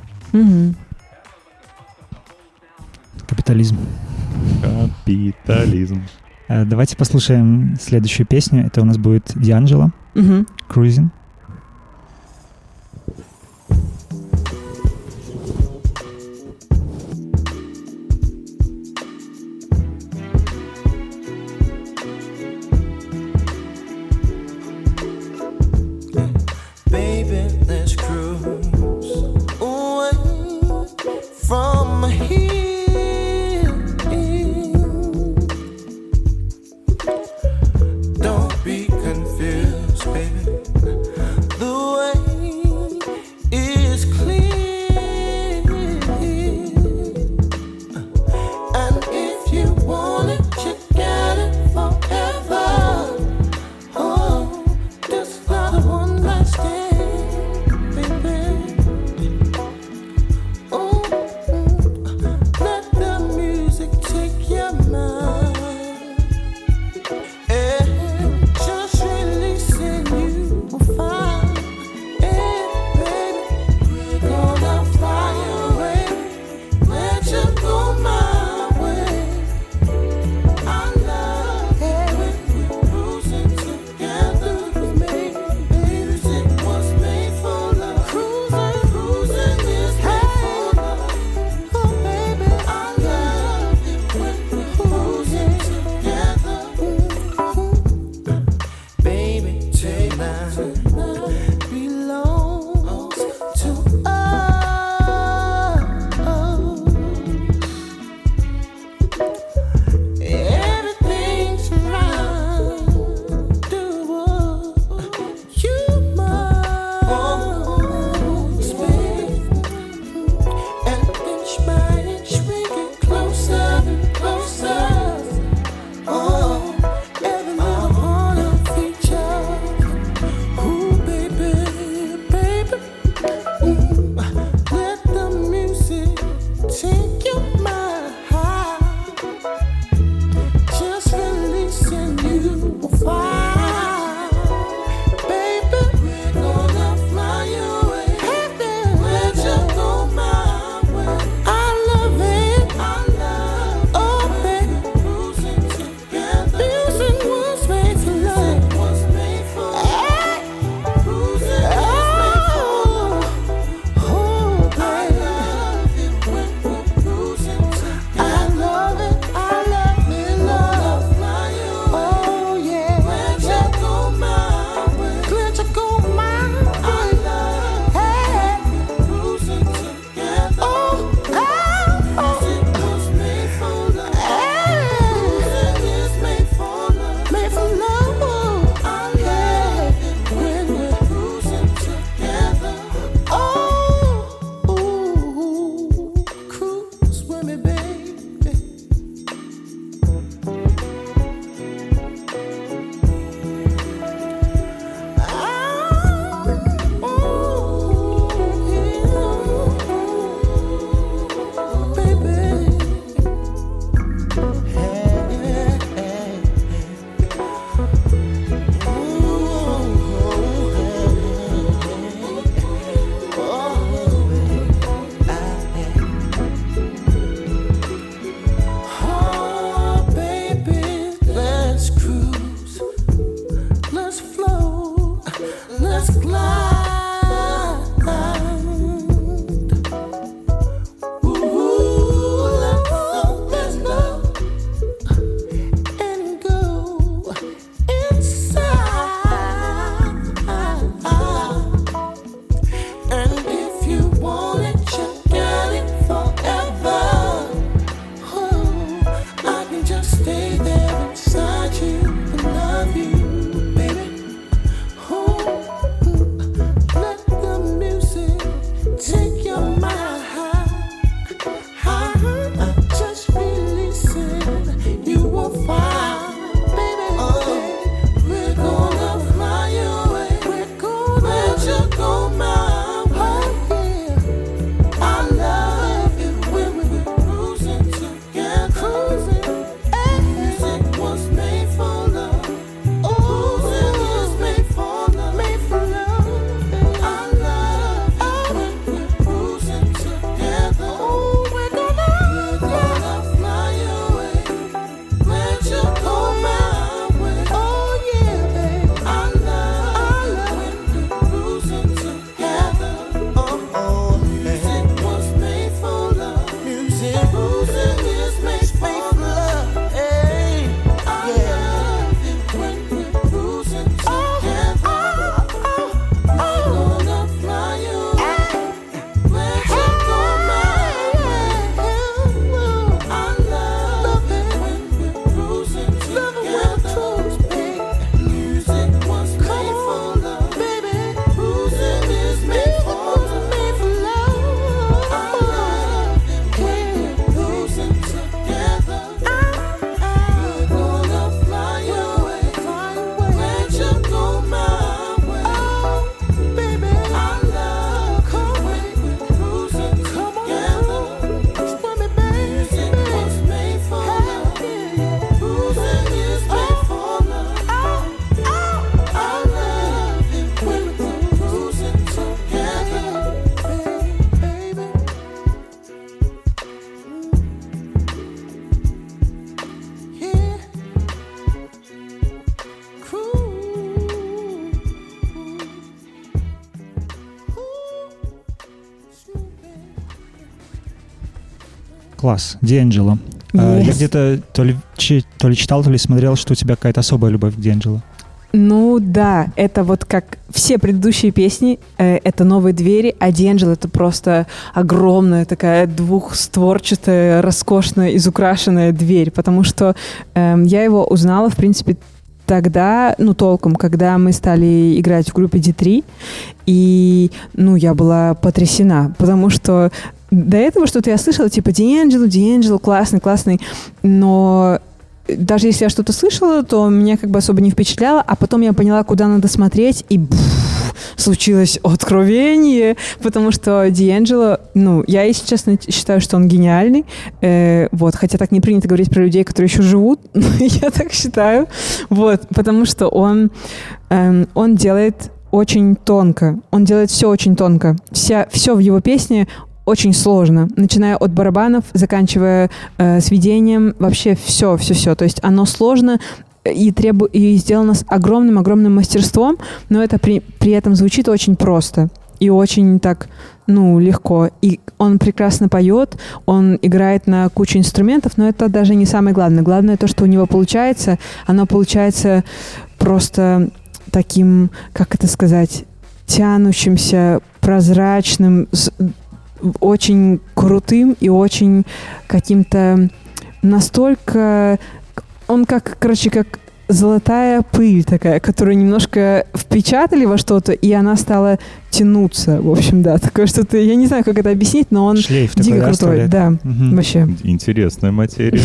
Капитализм. Давайте послушаем следующую песню. Это у нас будет D'Angelo. Cruising. From here, don't be confused, baby. Класс. D'Angelo. Я Yes. где-то то ли читал, то ли смотрел, что у тебя какая-то особая любовь к D'Angelo. Ну да, это вот как все предыдущие песни, это новые двери, а D'Angelo это просто огромная такая двухстворчатая, роскошная, изукрашенная дверь, потому что я его узнала, в принципе, тогда, ну, толком, когда мы стали играть в группе D3, и, ну, я была потрясена, потому что до этого что-то я слышала, типа, D'Angelo, классный, но даже если я что-то слышала, то меня как бы особо не впечатляло, а потом я поняла, куда надо смотреть, и случилось откровение, потому что D'Angelo, ну, я, если честно, считаю, что он гениальный, вот, хотя так не принято говорить про людей, которые еще живут, но я так считаю, вот, потому что он делает очень тонко, он делает все очень тонко, все в его песне очень сложно, начиная от барабанов, заканчивая сведением, вообще все. То есть оно сложно и сделано с огромным мастерством, но это при этом звучит очень просто и очень так, ну, легко. И он прекрасно поет, он играет на кучу инструментов, но это даже не самое главное. Главное то, что у него получается, оно получается просто таким, как это сказать, тянущимся, прозрачным, очень крутым и очень каким-то настолько... Он как, короче, как золотая пыль такая, которую немножко впечатали во что-то, и она стала тянуться. В общем, да, такое что-то... Я не знаю, как это объяснить, но он шлейф дико такой, крутой. Да, вообще. Интересная материя.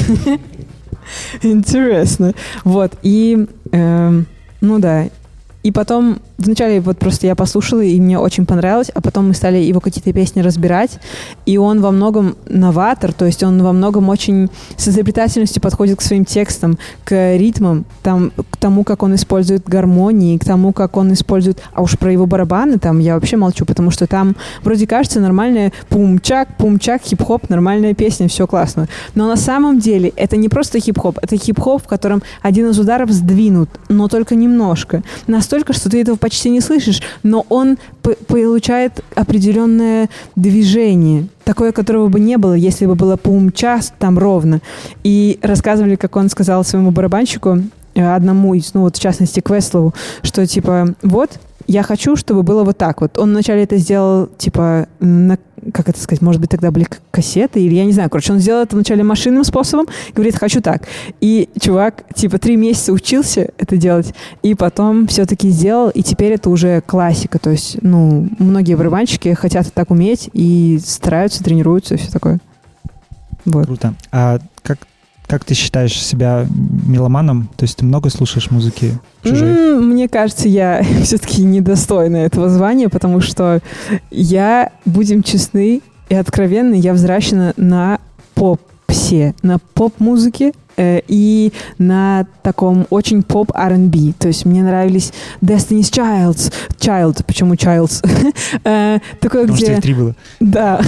Интересно. Вот, и... ну да. И потом, вначале вот просто я послушала, и мне очень понравилось, а потом мы стали его какие-то песни разбирать, и он во многом новатор, то есть он во многом очень с изобретательностью подходит к своим текстам, к ритмам, там, к тому, как он использует гармонии, к тому, как он использует... А уж про его барабаны там я вообще молчу, потому что там вроде кажется нормальная пум-чак, хип-хоп, нормальная песня, все классно. Но на самом деле это не просто хип-хоп, это хип-хоп, в котором один из ударов сдвинут, но только немножко. Настолько, что ты этого почти не слышишь, но он получает определенное движение, такое, которого бы не было, если бы было пум-час там ровно. И рассказывали, как он сказал своему барабанщику, одному из, ну вот в частности Квестлову, что типа вот, я хочу, чтобы было вот так вот. Он вначале это сделал, типа, как это сказать, может быть, тогда были кассеты, или я не знаю, короче, он сделал это вначале машинным способом, говорит, хочу так. И чувак, типа, 3 месяца учился это делать, и потом все-таки сделал, и теперь это уже классика, то есть, ну, многие барабанщики хотят так уметь, и стараются, тренируются, и все такое. Вот. Круто. А как ты считаешь себя меломаном? То есть ты много слушаешь музыки чужой? Мне кажется, я все-таки недостойна этого звания, потому что я, будем честны и откровенны, я взращена на попсе, на поп-музыке и на таком очень поп R&B. То есть мне нравились Destiny's Child. Почему Childs? Такое, Потому где... что их 3 было. Да.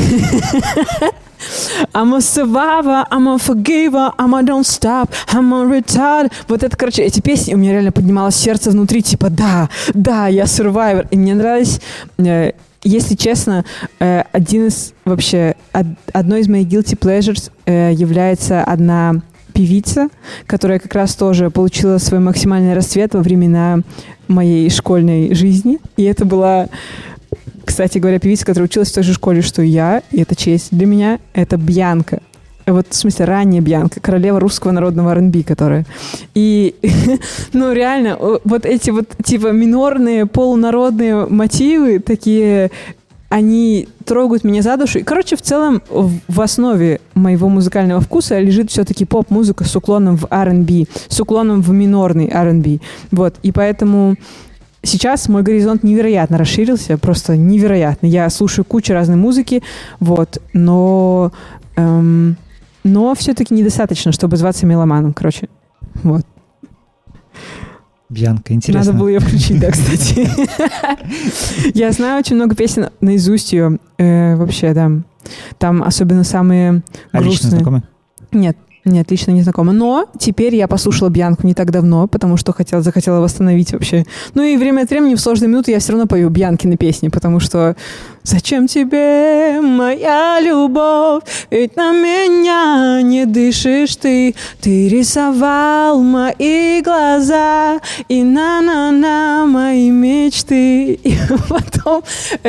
I'm a survivor, I'm a forgiver, I'm a don't stop, I'm a retard. Вот это, короче, эти песни, у меня реально поднималось сердце внутри, типа, да, я survivor. И мне нравилось, если честно, одной из моих guilty pleasures является одна певица, которая как раз тоже получила свой максимальный расцвет во времена моей школьной жизни. И это была... Кстати говоря, певица, которая училась в той же школе, что и я, и это честь для меня, это Бьянка. Вот, в смысле, ранняя Бьянка, королева русского народного R&B, которая. И, ну, реально, вот эти вот, типа, минорные, полународные мотивы, такие, они трогают меня за душу. И, короче, в целом, в основе моего музыкального вкуса лежит все-таки поп-музыка с уклоном в R&B, с уклоном в минорный R&B. Вот, и поэтому... Сейчас мой горизонт невероятно расширился, просто невероятно. Я слушаю кучу разной музыки, вот, но все-таки недостаточно, чтобы зваться меломаном, короче. Вот. Бьянка, интересно. Надо было ее включить, да, кстати. Я знаю очень много песен наизусть ее, вообще, да. Там особенно самые грустные. А лично знакомы? Нет, лично не знакома. Но теперь я послушала Бьянку не так давно, потому что захотела восстановить вообще. Ну и время от времени в сложные минуты я все равно пою Бьянкины песни, потому что Зачем тебе моя любовь? Ведь на меня не дышишь ты. Ты рисовал мои глаза и на мои мечты. И потом...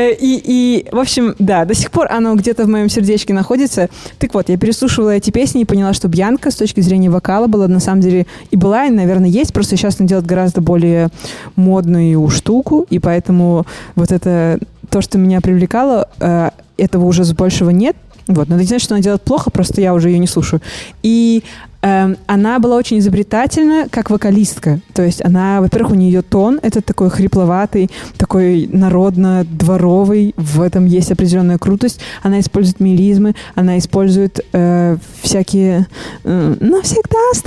в общем, да, до сих пор оно где-то в моем сердечке находится. Так вот, я переслушивала эти песни и поняла, что Бьянка с точки зрения вокала была на самом деле и была, и, наверное, есть. Просто сейчас она делает гораздо более модную штуку, и поэтому вот это... То, что меня привлекало, этого уже с большего нет. Вот. Но это не значит, что она делает плохо, просто я уже ее не слушаю. И она была очень изобретательна как вокалистка. То есть она, во-первых, у нее тон, это такой хрипловатый, такой народно-дворовый, в этом есть определенная крутость. Она использует мелизмы, она использует всякие «навсегда с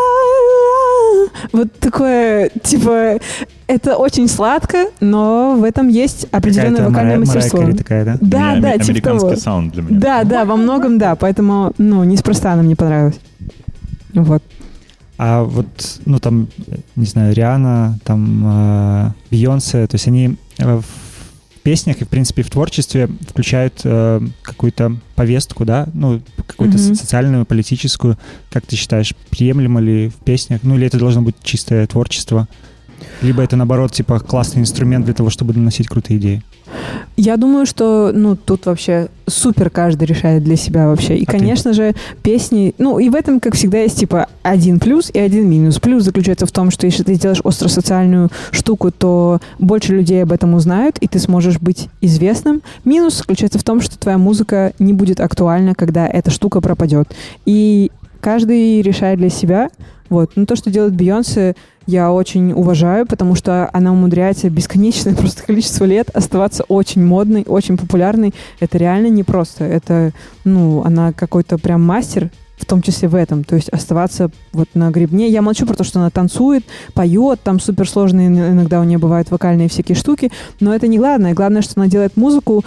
тобой». Вот такое, типа... Это очень сладко, но в этом есть определенное вокальное мастерство. Марайя Кэри такая, да? Да, типа американский того. саунд для меня. Да, во многом да, поэтому, неспроста она мне понравилась. Вот. А вот, там, не знаю, Риhanna, там, Бейонсе, то есть они в песнях и, в принципе, в творчестве включают какую-то повестку, да, какую-то социальную, политическую. Как ты считаешь, приемлемо ли в песнях? Или это должно быть чистое творчество? Либо это, наоборот, типа классный инструмент для того, чтобы доносить крутые идеи? Я думаю, что, тут вообще супер каждый решает для себя вообще. И, конечно же, песни... и в этом, как всегда, есть, типа, один плюс и один минус. Плюс заключается в том, что если ты сделаешь остросоциальную штуку, то больше людей об этом узнают, и ты сможешь быть известным. Минус заключается в том, что твоя музыка не будет актуальна, когда эта штука пропадет. И каждый решает для себя. Вот. Но то, что делает Бейонсе, я очень уважаю, потому что она умудряется бесконечное просто количество лет оставаться очень модной, очень популярной. Это реально непросто. Это, она какой-то прям мастер, в том числе в этом. То есть оставаться вот на гребне. Я молчу про то, что она танцует, поет, там суперсложные иногда у нее бывают вокальные всякие штуки, но это не главное. Главное, что она делает музыку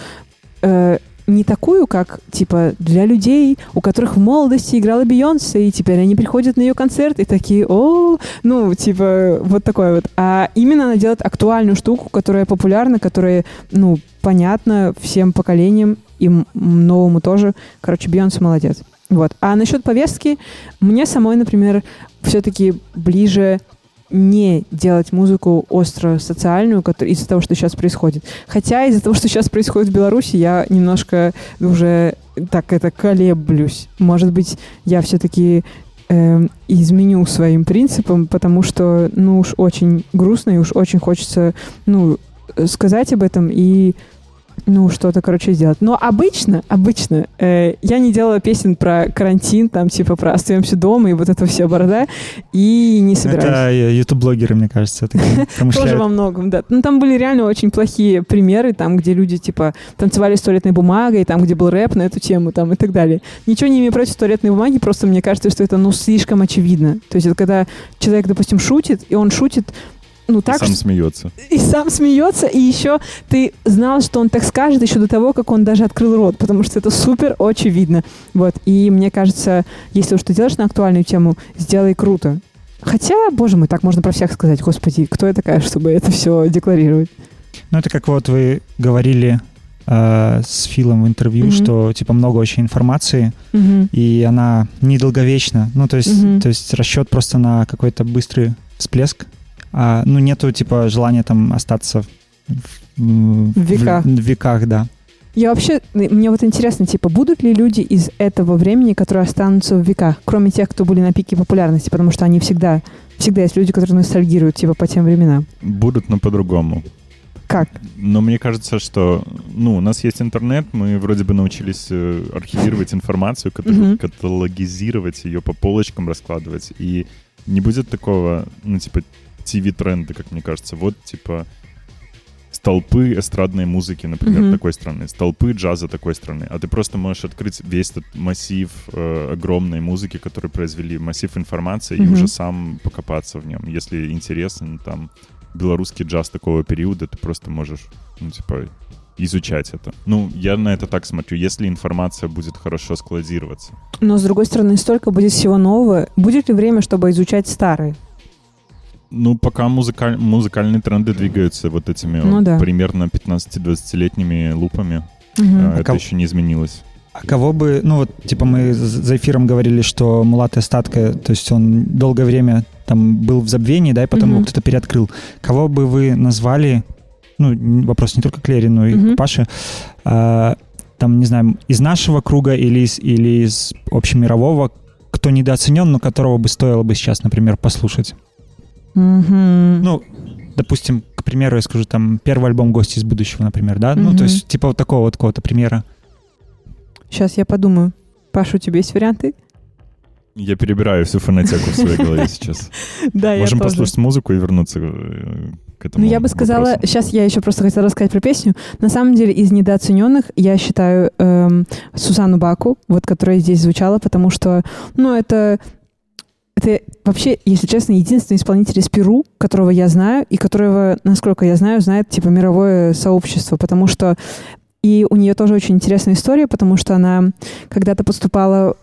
не такую, как, типа, для людей, у которых в молодости играла Бейонсе, и теперь они приходят на ее концерт и такие, вот такое вот. А именно она делает актуальную штуку, которая популярна, которая, понятна всем поколениям, и новому тоже. Короче, Бейонсе молодец. Вот. А насчет повестки, мне самой, например, все-таки ближе не делать музыку остро социальную из-за того, что сейчас происходит. Хотя из-за того, что сейчас происходит в Беларуси, я немножко уже колеблюсь. Может быть, я все-таки изменю своим принципам, потому что, уж очень грустно, и уж очень хочется, сказать об этом и что-то, сделать. Но обычно я не делала песен про карантин, там, типа, про остаемся дома и вот это все борода, и не собираюсь. Это ютуб-блогеры, мне кажется, промышляют. Тоже во многом, да. Там были реально очень плохие примеры, там, где люди, типа, танцевали с туалетной бумагой, там, где был рэп на эту тему, там, и так далее. Ничего не имею против туалетной бумаги, просто мне кажется, что это, слишком очевидно. То есть это когда человек, допустим, шутит, и он шутит так, и сам смеется. И сам смеется, и еще ты знал, что он так скажет еще до того, как он даже открыл рот, потому что это супер очевидно. Вот. И мне кажется, если уж ты делаешь на актуальную тему, сделай круто. Хотя, боже мой, так можно про всех сказать. Господи, кто я такая, чтобы это все декларировать? Это как вот вы говорили с Филом в интервью, что типа много очень информации, и она недолговечна. То есть расчет просто на какой-то быстрый всплеск. Нету, типа, желания там остаться в веках, да. Мне вот интересно, типа, будут ли люди из этого времени, которые останутся в веках, кроме тех, кто были на пике популярности, потому что они всегда есть люди, которые ностальгируют, типа, по тем временам. Будут, но по-другому. Как? Но мне кажется, что, у нас есть интернет, мы вроде бы научились архивировать информацию, каталогизировать ее, по полочкам раскладывать, и не будет такого, ТВ-тренды, как мне кажется. Вот, типа, столпы эстрадной музыки, например, такой страны, столпы джаза такой страны. А ты просто можешь открыть весь этот массив огромной музыки, который произвели, массив информации, и уже сам покопаться в нем. Если интересен, там, белорусский джаз такого периода, ты просто можешь, изучать это. Я на это так смотрю, если информация будет хорошо складироваться. Но, с другой стороны, столько будет всего нового. Будет ли время, чтобы изучать старые? Ну, пока музыкальные тренды двигаются вот этими примерно 15-20-летними лупами, это еще не изменилось. А кого бы, ну вот, типа мы за эфиром говорили, что Мулат Остатка, то есть он долгое время там был в забвении, да, и потом его кто-то переоткрыл. Кого бы вы назвали, ну, вопрос не только к Лере, но и к Паше, там, не знаю, из нашего круга или из общемирового, кто недооценен, но которого бы стоило бы сейчас, например, послушать? Ну, допустим, к примеру, я скажу, там, первый альбом «Гости из будущего», например, да? Ну, то есть, типа вот такого вот какого-то примера. Сейчас я подумаю. Паша, у тебя есть варианты? Я перебираю всю фонотеку в своей голове сейчас. Да, Можем послушать музыку и вернуться к этому. Ну, я бы сказала, вопросу. сейчас я еще просто хотела рассказать про песню. На самом деле, из недооцененных я считаю Сусанну Баку, вот, которая здесь звучала, потому что, ну, это вообще, если честно, единственный исполнитель из Перу, которого я знаю, и которого, насколько я знаю, знает, типа, мировое сообщество, потому что и у нее тоже очень интересная история, потому что она когда-то поступала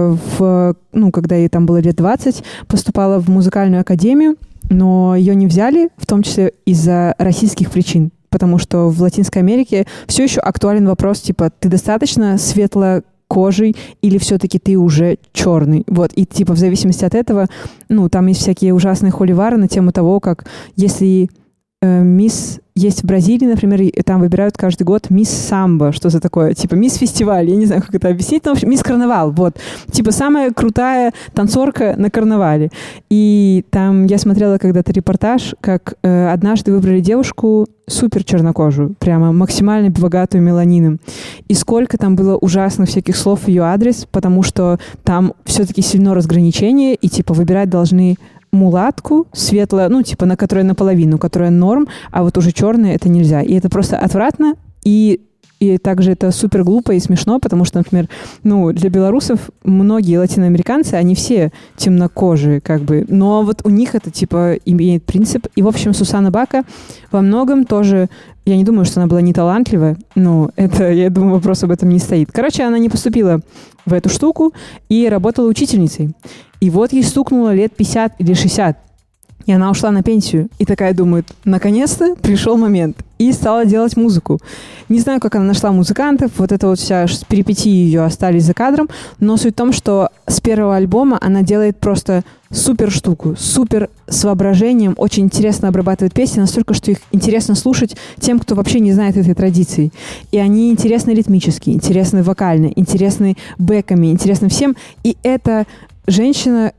когда ей там было лет 20, поступала в музыкальную академию, но ее не взяли, в том числе из-за российских причин, потому что в Латинской Америке все еще актуален вопрос, типа, ты достаточно светлокожий или все-таки ты уже черный? Вот, и типа в зависимости от этого, ну, там есть всякие ужасные холивары на тему того, как если мисс есть в Бразилии, например, и там выбирают каждый год мисс самбо, что за такое, типа мисс фестиваль, я не знаю, как это объяснить, но в общем, мисс карнавал, вот, типа самая крутая танцорка на карнавале. И там я смотрела когда-то репортаж, как однажды выбрали девушку супер чернокожую, прямо максимально богатую меланином. И сколько там было ужасных всяких слов в ее адрес, потому что там все-таки сильно разграничение, и типа выбирать должны мулатку, светлая, ну, типа, на которой наполовину, которая норм, а вот уже черная это нельзя. И это просто отвратно, и также это супер глупо и смешно, потому что, например, ну, для белорусов многие латиноамериканцы, они все темнокожие, как бы, но вот у них это, типа, имеет принцип. И, в общем, Сусанна Бака во многом тоже, я не думаю, что она была не талантливая, но это, я думаю, вопрос об этом не стоит. Короче, она не поступила в эту штуку и работала учительницей. И вот ей стукнуло лет 50 или 60. И она ушла на пенсию. И такая думает, наконец-то пришел момент. И стала делать музыку. Не знаю, как она нашла музыкантов. Вот это вот вся перипетии ее остались за кадром. Но суть в том, что с первого альбома она делает просто супер штуку. Супер с воображением. Очень интересно обрабатывает песни. Настолько, что их интересно слушать тем, кто вообще не знает этой традиции. И они интересны ритмически, интересны вокально, интересны бэками, интересны всем. И эта женщина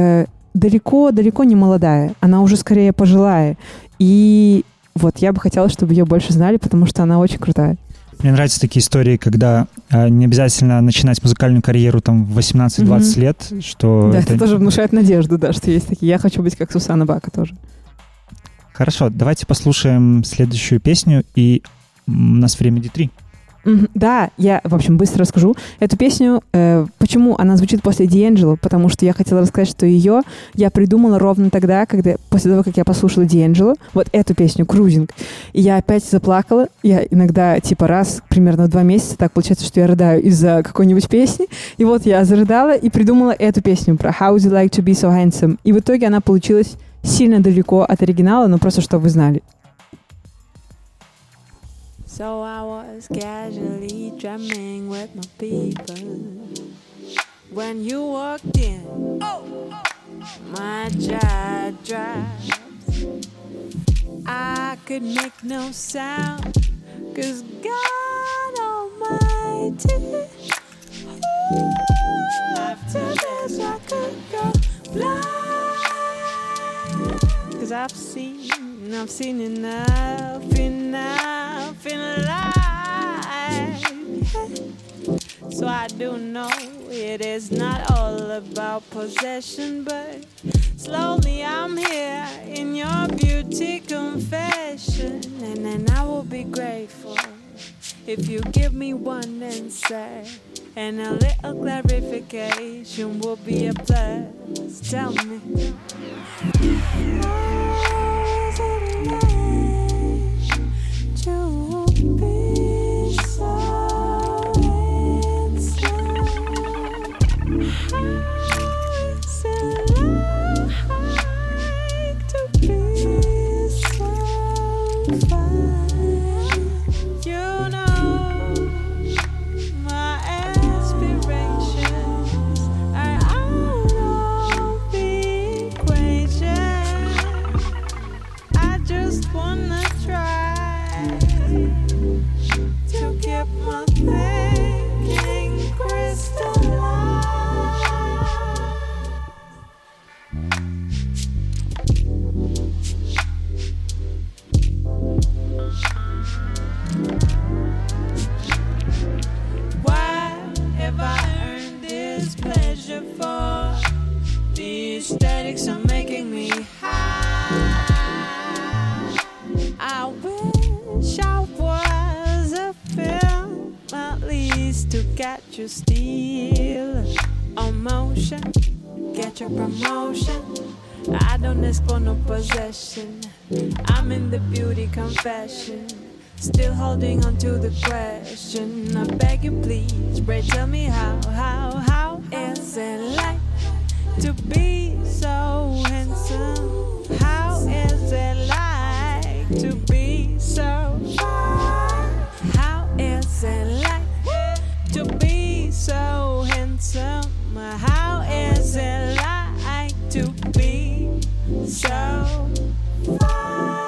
далеко не молодая. Она уже скорее пожилая. И вот я бы хотела, чтобы ее больше знали, потому что она очень крутая. Мне нравятся такие истории, когда не обязательно начинать музыкальную карьеру там в 18-20 лет, что... Да, это тоже внушает надежду, да, что есть такие. Я хочу быть как Сусанна Бака тоже. Хорошо, давайте послушаем следующую песню, и у нас время D3. Да, я, в общем, быстро расскажу. Эту песню, почему она звучит после D'Angelo, потому что я хотела рассказать, что ее я придумала ровно тогда, когда, после того, как я послушала D'Angelo, вот эту песню, «Cruising», и я опять заплакала. Я иногда, типа, раз примерно в 2 месяца, так получается, что я рыдаю из-за какой-нибудь песни, и вот я зарыдала и придумала эту песню про «How would you like to be so handsome», и в итоге она получилась сильно далеко от оригинала, но просто чтобы вы знали. So I was casually drumming with my people when you walked in. My jaw dropped. I could make no sound, 'cause God Almighty, after this I could go blind. 'Cause I've seen enough in life. So I do know it is not all about possession, but slowly I'm here in your beauty confession, and then I will be grateful if you give me one insight, and a little clarification will be a plus. Tell me, how's it like to be so inside? How's it like to be lyrics are making me high. I wish I was a film, at least to catch you steal on motion, get your promotion. I don't ask for no possession. I'm in the beauty confession, still holding on to the question. I beg you please, pray tell me how is it like to be so handsome? How is it like to be so fine? How is it like to be so handsome? How is it like to be so fine?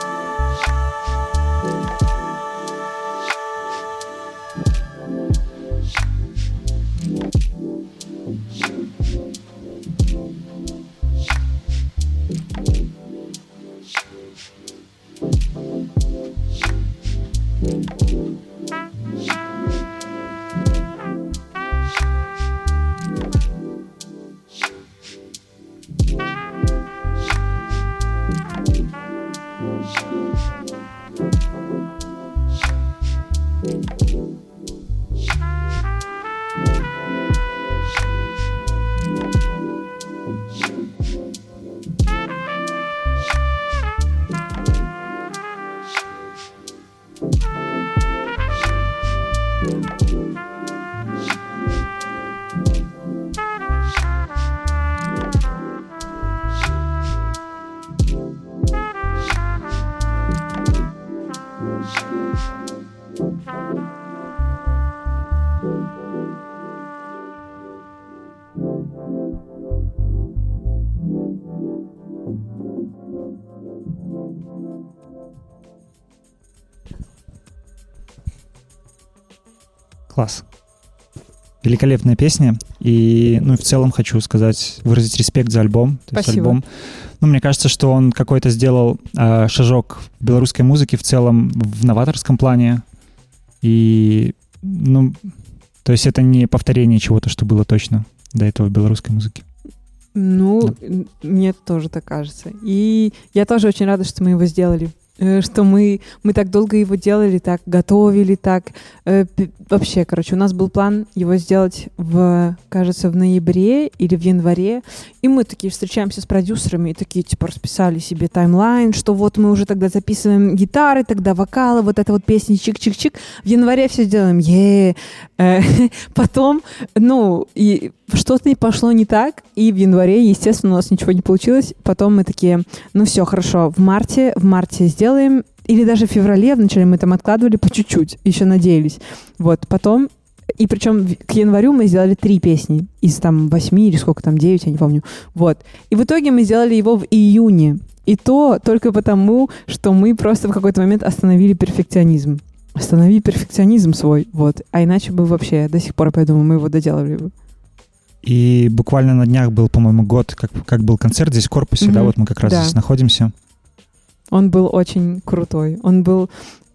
Класс. Великолепная песня. И, ну, в целом хочу сказать, выразить респект за альбом. То есть Спасибо. альбом, ну, мне кажется, что он какой-то сделал шажок в белорусской музыке в целом в новаторском плане. И, ну, то есть это не повторение чего-то, что было точно до этого в белорусской музыке. Ну, мне тоже так кажется. И я тоже очень рада, что мы его сделали. Что мы так долго его делали, так готовили, так... Вообще, короче, у нас был план его сделать кажется, в ноябре или в январе. И мы такие встречаемся с продюсерами и такие, типа, расписали себе таймлайн, что вот мы уже тогда записываем гитары, тогда вокалы, вот это вот песни чик-чик-чик. В январе все делаем. Потом, ну, и что-то пошло не так, и в январе, естественно, у нас ничего не получилось. Потом мы такие, ну все, хорошо, в марте сделаем, или даже в феврале, вначале мы там откладывали по чуть-чуть, еще надеялись. Вот, потом, и причем к январю мы сделали 3 песни из там 8 или сколько там, 9, я не помню. Вот, и в итоге мы сделали его в июне. И то только потому, что мы просто в какой-то момент остановили перфекционизм. Останови перфекционизм свой, вот. А иначе бы вообще до сих пор, я думаю, мы его доделали бы. И буквально на днях был, по-моему, год, как был концерт здесь в корпусе, да, вот мы как раз здесь находимся. Он был очень крутой. Он был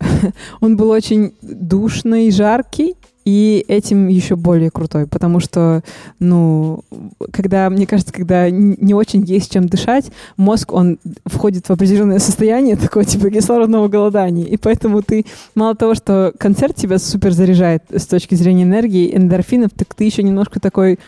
очень душный, жаркий, и этим еще более крутой, потому что, ну, мне кажется, когда не очень есть чем дышать, мозг, он входит в определенное состояние, такое типа кислородного голодания, и поэтому ты, мало того, что концерт тебя супер заряжает с точки зрения энергии, эндорфинов, так ты еще немножко такой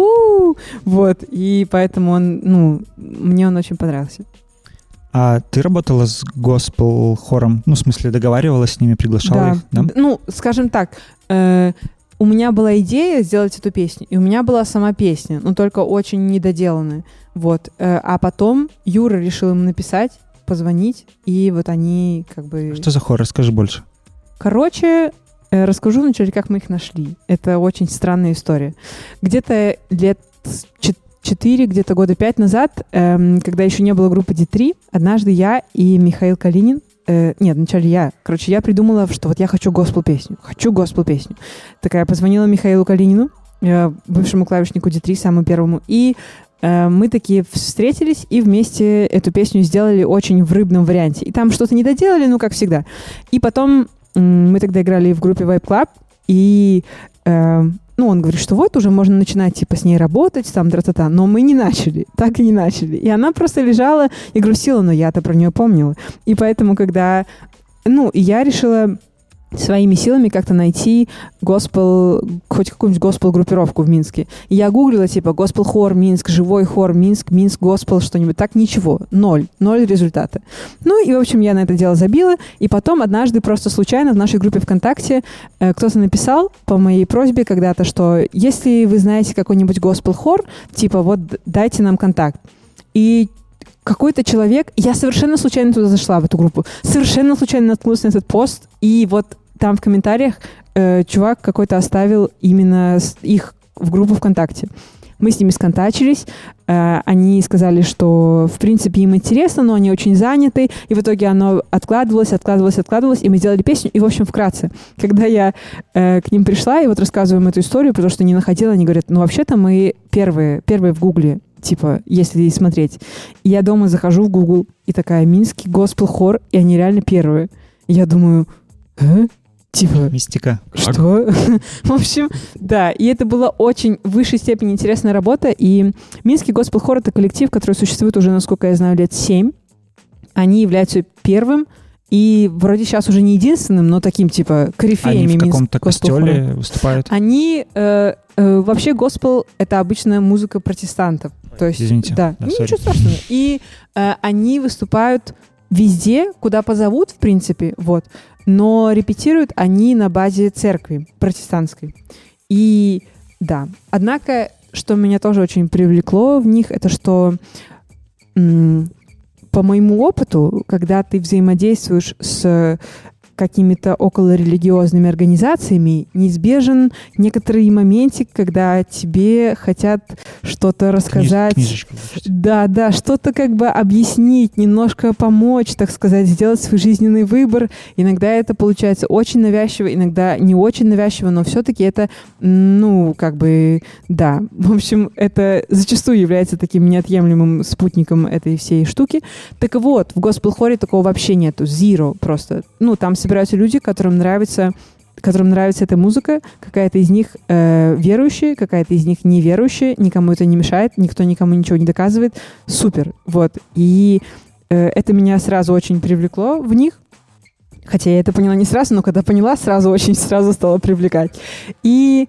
вот, и поэтому мне он очень понравился. А ты работала с госпел-хором? Ну, в смысле, договаривалась с ними, приглашала их, да? Ну, скажем так, у меня была идея сделать эту песню, и у меня была сама песня, но только очень недоделанная. Вот. А потом Юра решил им написать, позвонить, и вот они как бы... Что за хор? Расскажи больше. Короче, расскажу вначале, как мы их нашли. Это очень странная история. Где-то лет 4, где-то года 5 назад, когда еще не было группы D3, однажды я и Михаил Калинин, вначале я придумала, что вот я хочу госпел-песню. Такая позвонила Михаилу Калинину, бывшему клавишнику D3, самому первому, и мы такие встретились и вместе эту песню сделали очень в рыбном варианте. И там что-то не доделали, ну, как всегда. И потом мы тогда играли в группе Vibe Club, и ну, он говорит, что вот уже можно начинать, типа, с ней работать, там, тра-та-та, но мы не начали, так и не начали. И она просто лежала и грустила, но я-то про нее помнила. И поэтому, когда, ну, и я решила своими силами как-то найти госпел, хоть какую-нибудь госпел-группировку в Минске. И я гуглила, типа, госпел-хор Минск, живой хор Минск, Минск госпел, что-нибудь. Так ничего. Ноль результата. Ну, и, в общем, я на это дело забила. И потом однажды просто случайно в нашей группе ВКонтакте кто-то написал по моей просьбе когда-то, что если вы знаете какой-нибудь госпел-хор, типа, вот дайте нам контакт. И какой-то человек, я совершенно случайно туда зашла, в эту группу, совершенно случайно наткнулась на этот пост, и вот там в комментариях чувак какой-то оставил именно их в группу ВКонтакте. Мы с ними сконтачились, они сказали, что в принципе им интересно, но они очень заняты, и в итоге оно откладывалось, и мы сделали песню, и в общем вкратце, когда я к ним пришла и вот рассказываю им эту историю, потому что не находила, они говорят, ну вообще-то мы первые в Гугле, типа, если смотреть. И я дома захожу в Google, и такая, Минский госпел-хор, и они реально первые. И я думаю, типа... Мистика. Что? В общем, да. И это была очень в высшей степени интересная работа. И Минский госпел-хор — это коллектив, который существует уже, насколько я знаю, лет 7. Они являются первым и вроде сейчас уже не единственным, но таким, типа, корифеями Минского Минского госпел-хора. Они в каком-то костеле выступают? Они... вообще госпел — это обычная музыка протестантов. То есть, извините. Да, Да, ничего sorry. страшного. И они выступают везде, куда позовут, в принципе, вот. Но репетируют они на базе церкви протестантской. И да. Однако, что меня тоже очень привлекло в них, это что по моему опыту, когда ты взаимодействуешь с какими-то околорелигиозными организациями, неизбежен некоторый моментик, когда тебе хотят что-то рассказать. Книжечку. Да, что-то как бы объяснить, немножко помочь, так сказать, сделать свой жизненный выбор. Иногда это получается очень навязчиво, иногда не очень навязчиво, но все-таки это, ну, как бы, да. В общем, это зачастую является таким неотъемлемым спутником этой всей штуки. Так вот, в госпел-хоре такого вообще нету, zero просто. Ну, там собираются люди, которым нравится эта музыка, какая-то из них верующая, какая-то из них неверующая, никому это не мешает, никто никому ничего не доказывает. Супер, вот. И это меня сразу очень привлекло в них, хотя я это поняла не сразу, но когда поняла, сразу стало привлекать. И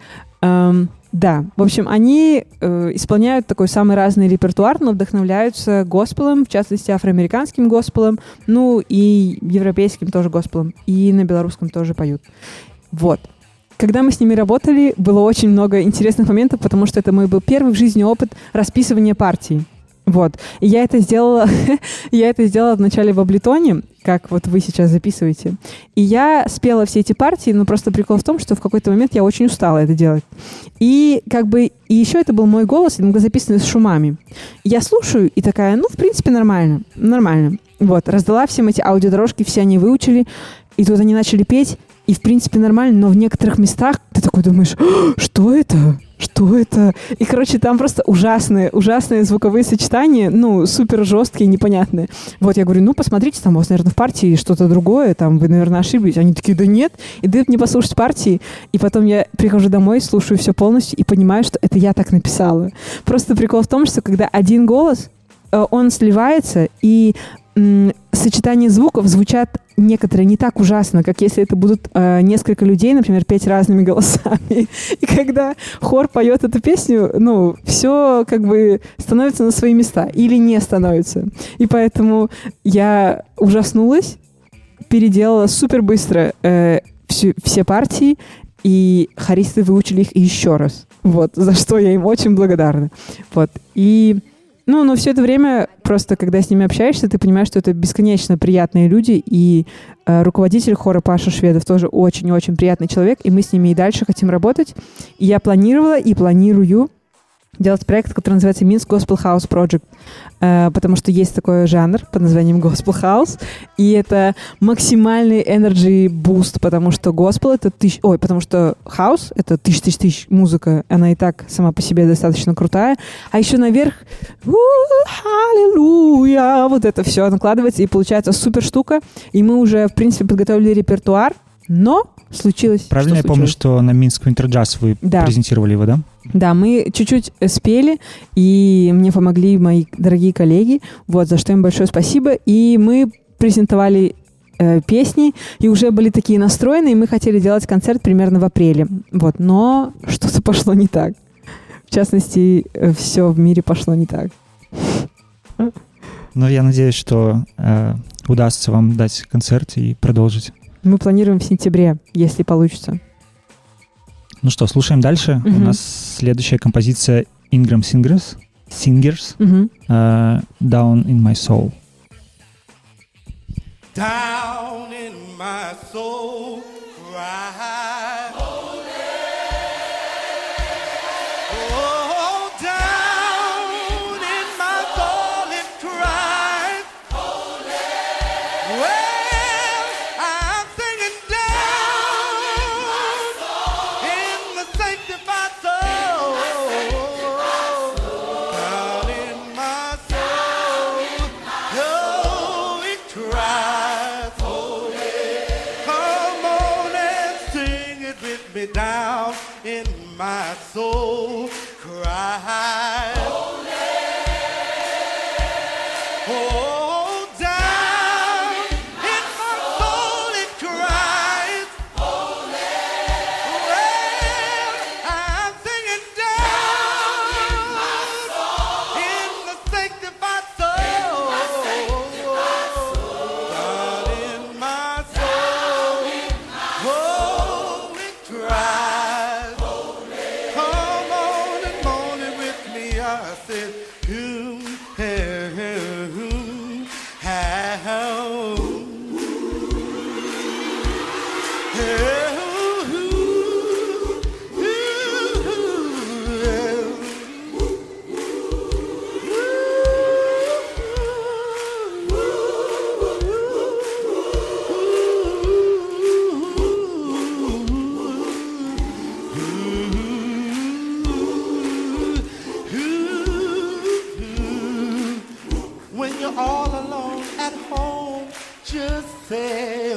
да, в общем, они исполняют такой самый разный репертуар, но вдохновляются госпелом, в частности, афроамериканским госпелом, ну и европейским тоже госпелом, и на белорусском тоже поют. Вот. Когда мы с ними работали, было очень много интересных моментов, потому что это мой был первый в жизни опыт расписывания партий. Вот. И я это сделала вначале в Абleton, как вот вы сейчас записываете. И я спела все эти партии, но просто прикол в том, что в какой-то момент я очень устала это делать. И как бы и еще это был мой голос, иногда записанный с шумами. Я слушаю и такая, ну, в принципе, нормально. Вот, раздала всем эти аудиодорожки, все они выучили, и тут они начали петь, и в принципе нормально, но в некоторых местах ты такой думаешь, что это? Что это? И, короче, там просто ужасные звуковые сочетания, ну, супер жесткие, непонятные. Вот, я говорю, ну, посмотрите, там у вас, наверное, в партии что-то другое, там, вы, наверное, ошиблись. Они такие, да нет, и дают мне послушать партии. И потом я прихожу домой, слушаю все полностью и понимаю, что это я так написала. Просто прикол в том, что когда один голос, он сливается, и сочетание звуков звучат некоторые не так ужасно, как если это будут несколько людей, например, петь разными голосами. И когда хор поет эту песню, ну, все как бы становится на свои места или не становится. И поэтому я ужаснулась, переделала супер быстро все партии, и хористы выучили их еще раз. Вот, за что я им очень благодарна. Вот, и... Ну, но все это время, просто когда с ними общаешься, ты понимаешь, что это бесконечно приятные люди, и руководитель хора Паша Шведов тоже очень-очень приятный человек, и мы с ними и дальше хотим работать. И я планировала и планирую делать проект, который называется Minsk Gospel House Project, потому что есть такой жанр под названием Gospel House, и это максимальный energy boost, потому что Gospel это потому что House это тысяч музыка, она и так сама по себе достаточно крутая, а еще наверх аллилуйя, вот это все накладывается, и получается супер штука, и мы уже, в принципе, подготовили репертуар, но случилось. Правильно я помню, что на Минск Winter Jazz вы Да. презентировали его, да? Да, мы чуть-чуть спели, и мне помогли мои дорогие коллеги, вот, за что им большое спасибо. И мы презентовали песни, и уже были такие настроены, и мы хотели делать концерт примерно в апреле. Вот, но что-то пошло не так. В частности, все в мире пошло не так. Но я надеюсь, что удастся вам дать концерт и продолжить. Мы планируем в сентябре, если получится. Ну что, слушаем дальше. У нас следующая композиция Ingram Singers Мгм. Down in My Soul. Down in my soul, cry. Oh, down in my soul it cries. Well, I'm singing down in the sanctified soul. Down in my soul, oh, it cries. Come on and sing it with me. Down in my soul, cry. Oh, down in my soul it cries. Well, I'm singing down in the sanctified soul. Down in my soul, oh, it cries. Come on and moan it with me. I said, when you're all alone at home, just say,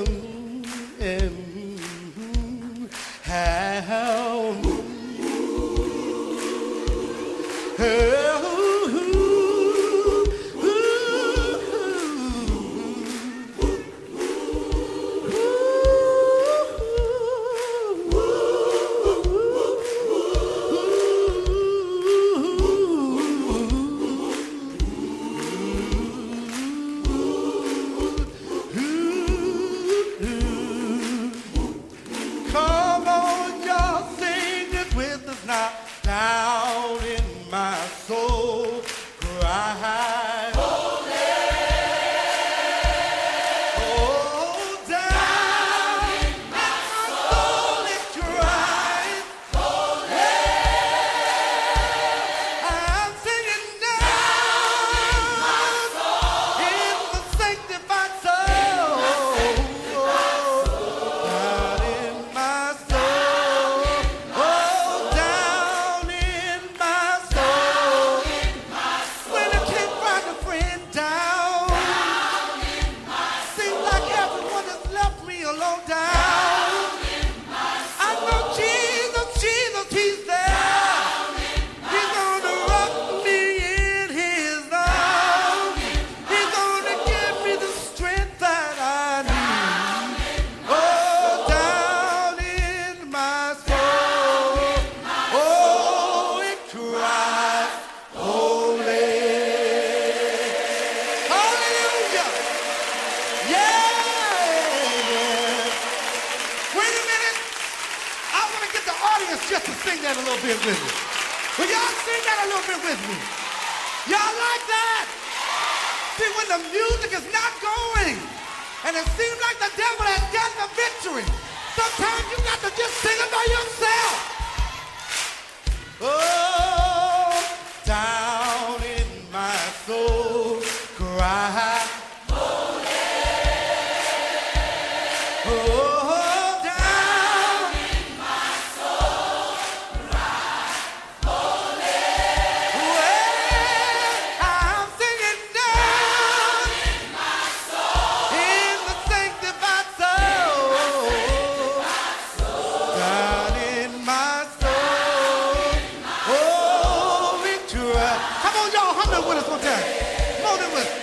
how. Come on, y'all, sing it with us now. Down in my soul, cry. Oh, down in my soul it cries. I'm singing down in the sanctified soul. Down in my soul, oh, down in my soul. When I can't find a friend down, seems like everyone has left me alone down. I know Jesus, He's there. He's gonna rock me in His arms. He's gonna give me the strength that I need. Oh, down in my soul, oh, it cries, holy. Hallelujah. Yeah. Wait a minute. I want to get the audience just to sing that a little bit with me. Will y'all sing that a little bit with me? Y'all like that? See, when the music is not going, and it seems like the devil has gotten the victory, sometimes you got to just sing it by yourself. Oh, down in my soul, cry. Oh, down in my soul, cry. Well, I'm singing down in my soul, in the sanctified soul. it with us one time. Mold it with.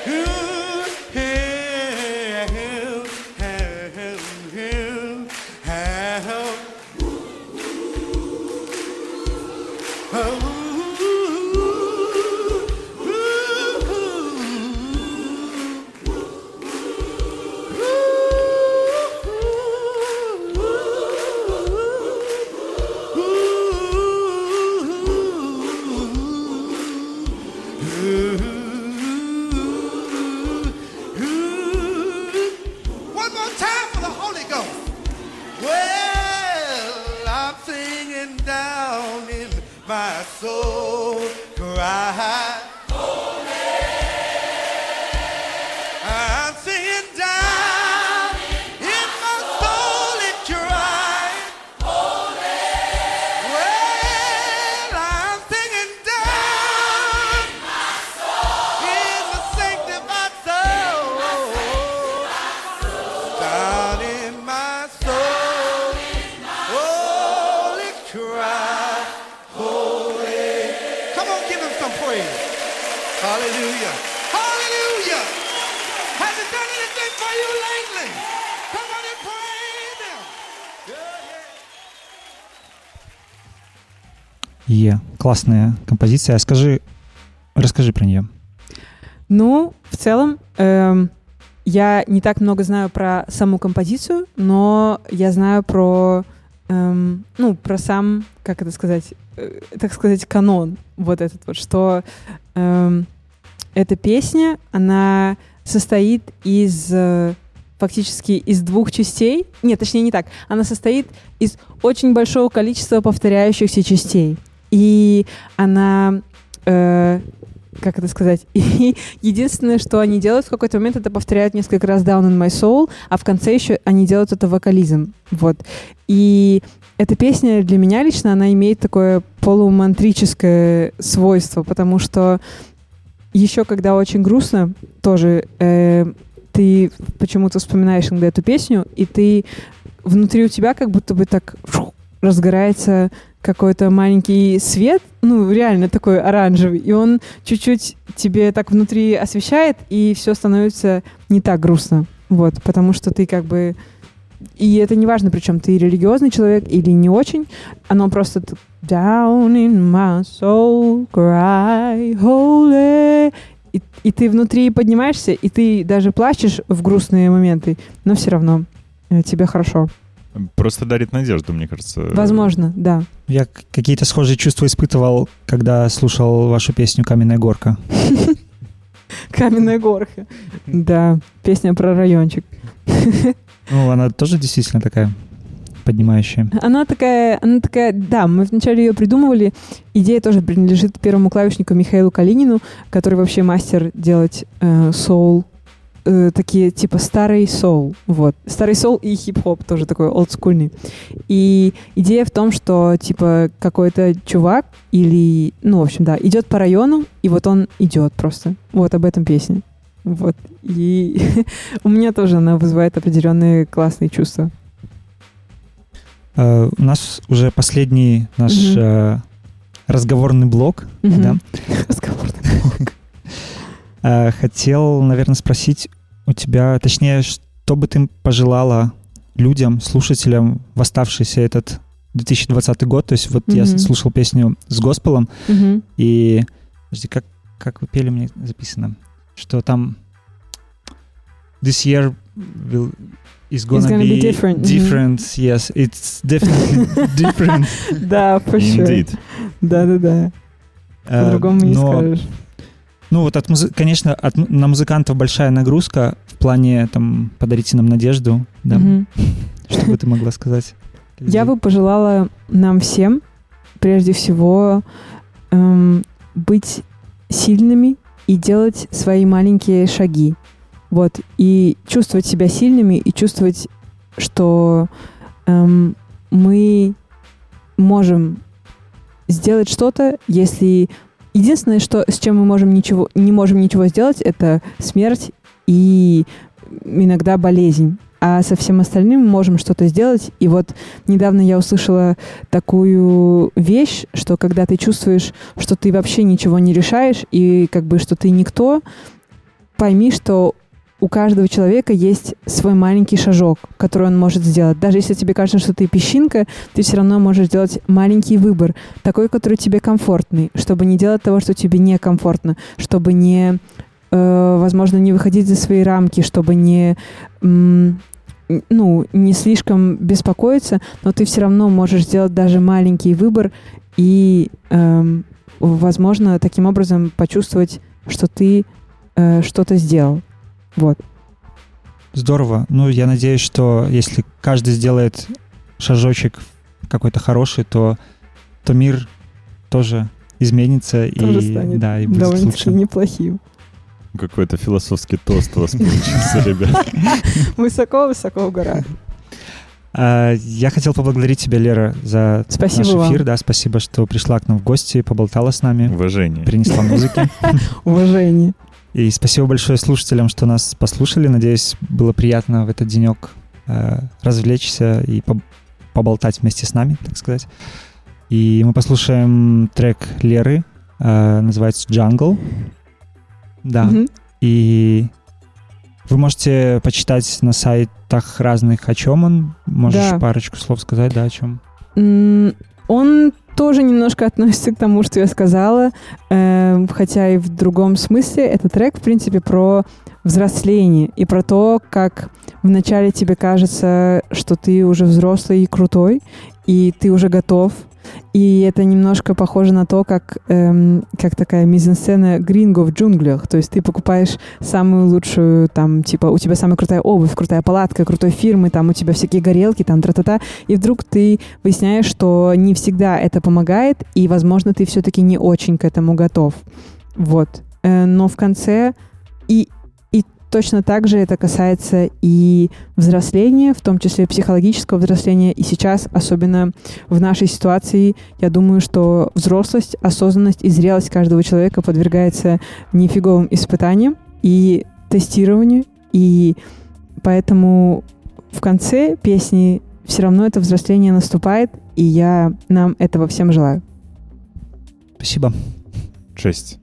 One more time for the Holy Ghost. Well, I'm singing down in my soul, cry. I'm singing down in my soul, it cries. Well, I'm singing down in the sanctified soul. Down in my soul, holy cry, holy. Come on, give him some praise. Hallelujah. Hallelujah. Has he done anything for you lately? Come on and praise him. Yeah, yeah. Классная композиция. Расскажи про нее. Ну, в целом, я не так много знаю про саму композицию, но я знаю про, про сам, как это сказать, так сказать, канон. Вот этот вот, что эта песня, она состоит фактически из двух частей. Нет, точнее не так. Она состоит из очень большого количества повторяющихся частей. И она, как это сказать, и единственное, что они делают в какой-то момент, это повторяют несколько раз Down in My Soul, а в конце еще они делают это вокализм. Вот. И эта песня для меня лично, она имеет такое полумантрическое свойство, потому что еще когда очень грустно, тоже ты почему-то вспоминаешь иногда эту песню, и ты внутри у тебя как будто бы так разгорается какой-то маленький свет, ну, реально такой оранжевый, и он чуть-чуть тебе так внутри освещает, и все становится не так грустно. Вот, потому что ты как бы... И это не важно, причем ты религиозный человек или не очень, оно просто down in my soul, cry, holy. И ты внутри поднимаешься, и ты даже плачешь в грустные моменты, но все равно тебе хорошо. Просто дарит надежду, мне кажется. Возможно, да. Я какие-то схожие чувства испытывал, когда слушал вашу песню «Каменная горка». «Каменная горка». Да, песня про райончик. Ну, она тоже действительно такая поднимающая. Она такая, да, мы вначале ее придумывали. Идея тоже принадлежит первому клавишнику Михаилу Калинину, который вообще мастер делать соул, такие типа старый соул, вот. Старый соул и хип-хоп тоже такой олдскульный. И идея в том, что типа какой-то чувак или, ну, в общем, да, идет по району, и вот он идет просто. Вот об этом песня. Вот. И у меня тоже она вызывает определенные классные чувства. У нас уже последний наш разговорный блок. Да? Разговорный блок. Хотел, наверное, спросить у тебя, точнее, что бы ты пожелала людям, слушателям в оставшийся этот 2020 год? То есть вот я слушал песню с госпелом, и... Подожди, как вы пели, мне записано? Что там this year is gonna be different. Yes, it's definitely different. Да, for sure. Indeed. Да. По-другому не скажешь. Ну вот, конечно, на музыкантов большая нагрузка в плане, там, подарите нам надежду, да? Что бы ты могла сказать? Я бы пожелала нам всем, прежде всего, быть сильными и делать свои маленькие шаги. Вот. И чувствовать себя сильными, и чувствовать, что мы можем сделать что-то, если... Единственное, с чем мы не можем ничего сделать, это смерть и иногда болезнь. а со всем остальным мы можем что-то сделать. И вот недавно я услышала такую вещь, что когда ты чувствуешь, что ты вообще ничего не решаешь и как бы что ты никто, пойми, что у каждого человека есть свой маленький шажок, который он может сделать. Даже если тебе кажется, что ты песчинка, ты все равно можешь сделать маленький выбор, такой, который тебе комфортный, чтобы не делать того, что тебе некомфортно, чтобы не, возможно, не выходить за свои рамки, чтобы не слишком беспокоиться, но ты все равно можешь сделать даже маленький выбор и, возможно, таким образом почувствовать, что ты что-то сделал. Вот. Здорово. Ну, я надеюсь, что если каждый сделает шажочек какой-то хороший, то мир тоже изменится Тоже и станет будет довольно-таки лучше. неплохим. Какой-то философский тост у вас получился, ребят. Высоко-высоко в горах. Я хотел поблагодарить тебя, Лера, за Спасибо наш вам. эфир. Да, спасибо, что пришла к нам в гости, поболтала с нами, Уважение. принесла музыки. Уважение. И спасибо большое слушателям, что нас послушали. Надеюсь, было приятно в этот денек развлечься и поболтать вместе с нами, так сказать. И мы послушаем трек Леры, называется «Jungle». Да. Мгм. И вы можете почитать на сайтах разных, о чем он. Можешь Да. парочку слов сказать, да, о чем? Он тоже немножко относится к тому, что я сказала, хотя и в другом смысле. Это трек, в принципе, про взросление и про то, как вначале тебе кажется, что ты уже взрослый и крутой, и ты уже готов. И это немножко похоже на то, как такая мизансцена гринго в джунглях. То есть ты покупаешь самую лучшую, там, типа, у тебя самая крутая обувь, крутая палатка, крутой фирмы, там, у тебя всякие горелки, там, тра-та-та. И вдруг ты выясняешь, что не всегда это помогает, и, возможно, ты все-таки не очень к этому готов. Вот. Но в конце... И точно так же это касается и взросления, в том числе психологического взросления. И сейчас, особенно в нашей ситуации, я думаю, что взрослость, осознанность и зрелость каждого человека подвергается нифиговым испытаниям и тестированию. И поэтому в конце песни все равно это взросление наступает, и я нам этого всем желаю. Спасибо. Честь.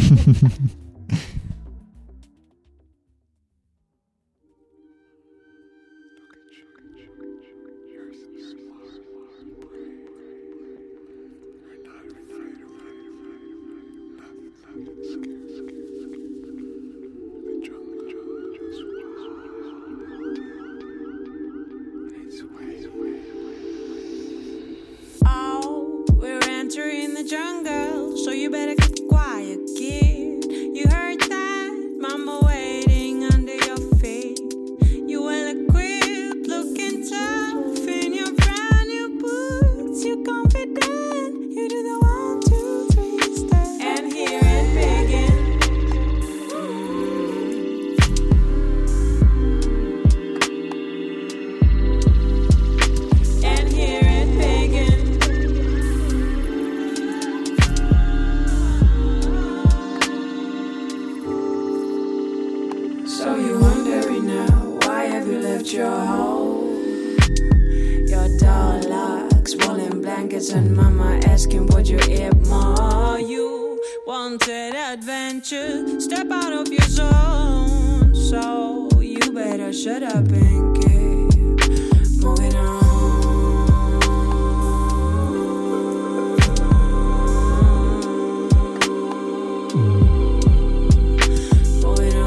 Oh, we're entering the jungle, so you better keep quiet, kid. You heard that? Mama waiting under your feet. You well equipped, looking tough in your brand new boots. You confident, you do the 1, 2, 3 step, and hear it begin. And hear it begin. So you're wondering now, why have you left your home? Your doll locks, woolen blankets, and mama asking would you eat more? You wanted adventure, step out of your zone. So you better shut up and keep moving on. Moving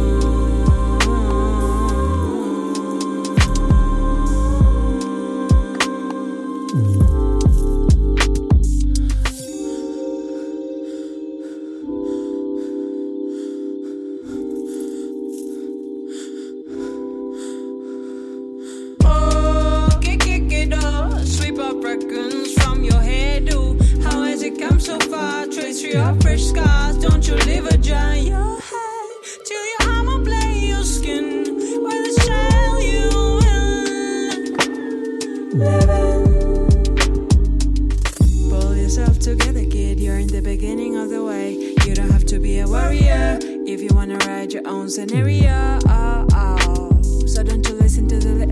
Oh, kick it up, sweep up records from your hairdo. How has it come so far? Trace through your fresh scars. Don't you leave a jar in your head till your hammer play your skin with a shell you will live in. Pull yourself together, kid. You're in the beginning of the way. You don't have to be a warrior if you wanna ride your own scenario. So don't you listen to the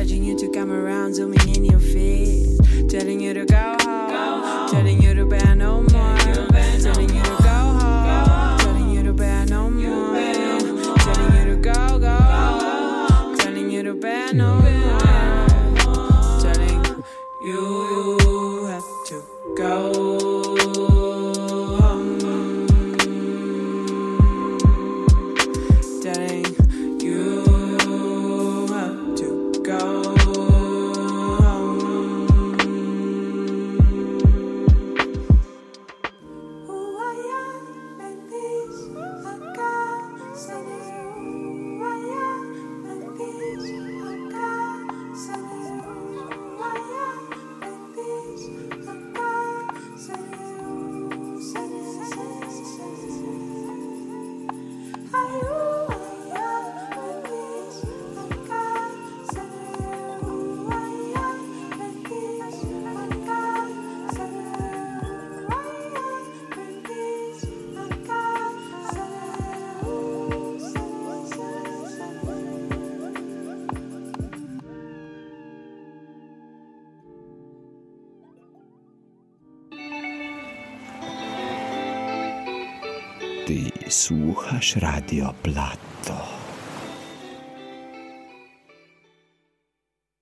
Touching you to come around, zooming in your face. Telling you to go home. Telling you to bear no more. Telling you to go home. Telling you to bear no more. Telling you to go, go. Telling you to bear no more. Telling you have to go. Ty słuchasz Radio Plato.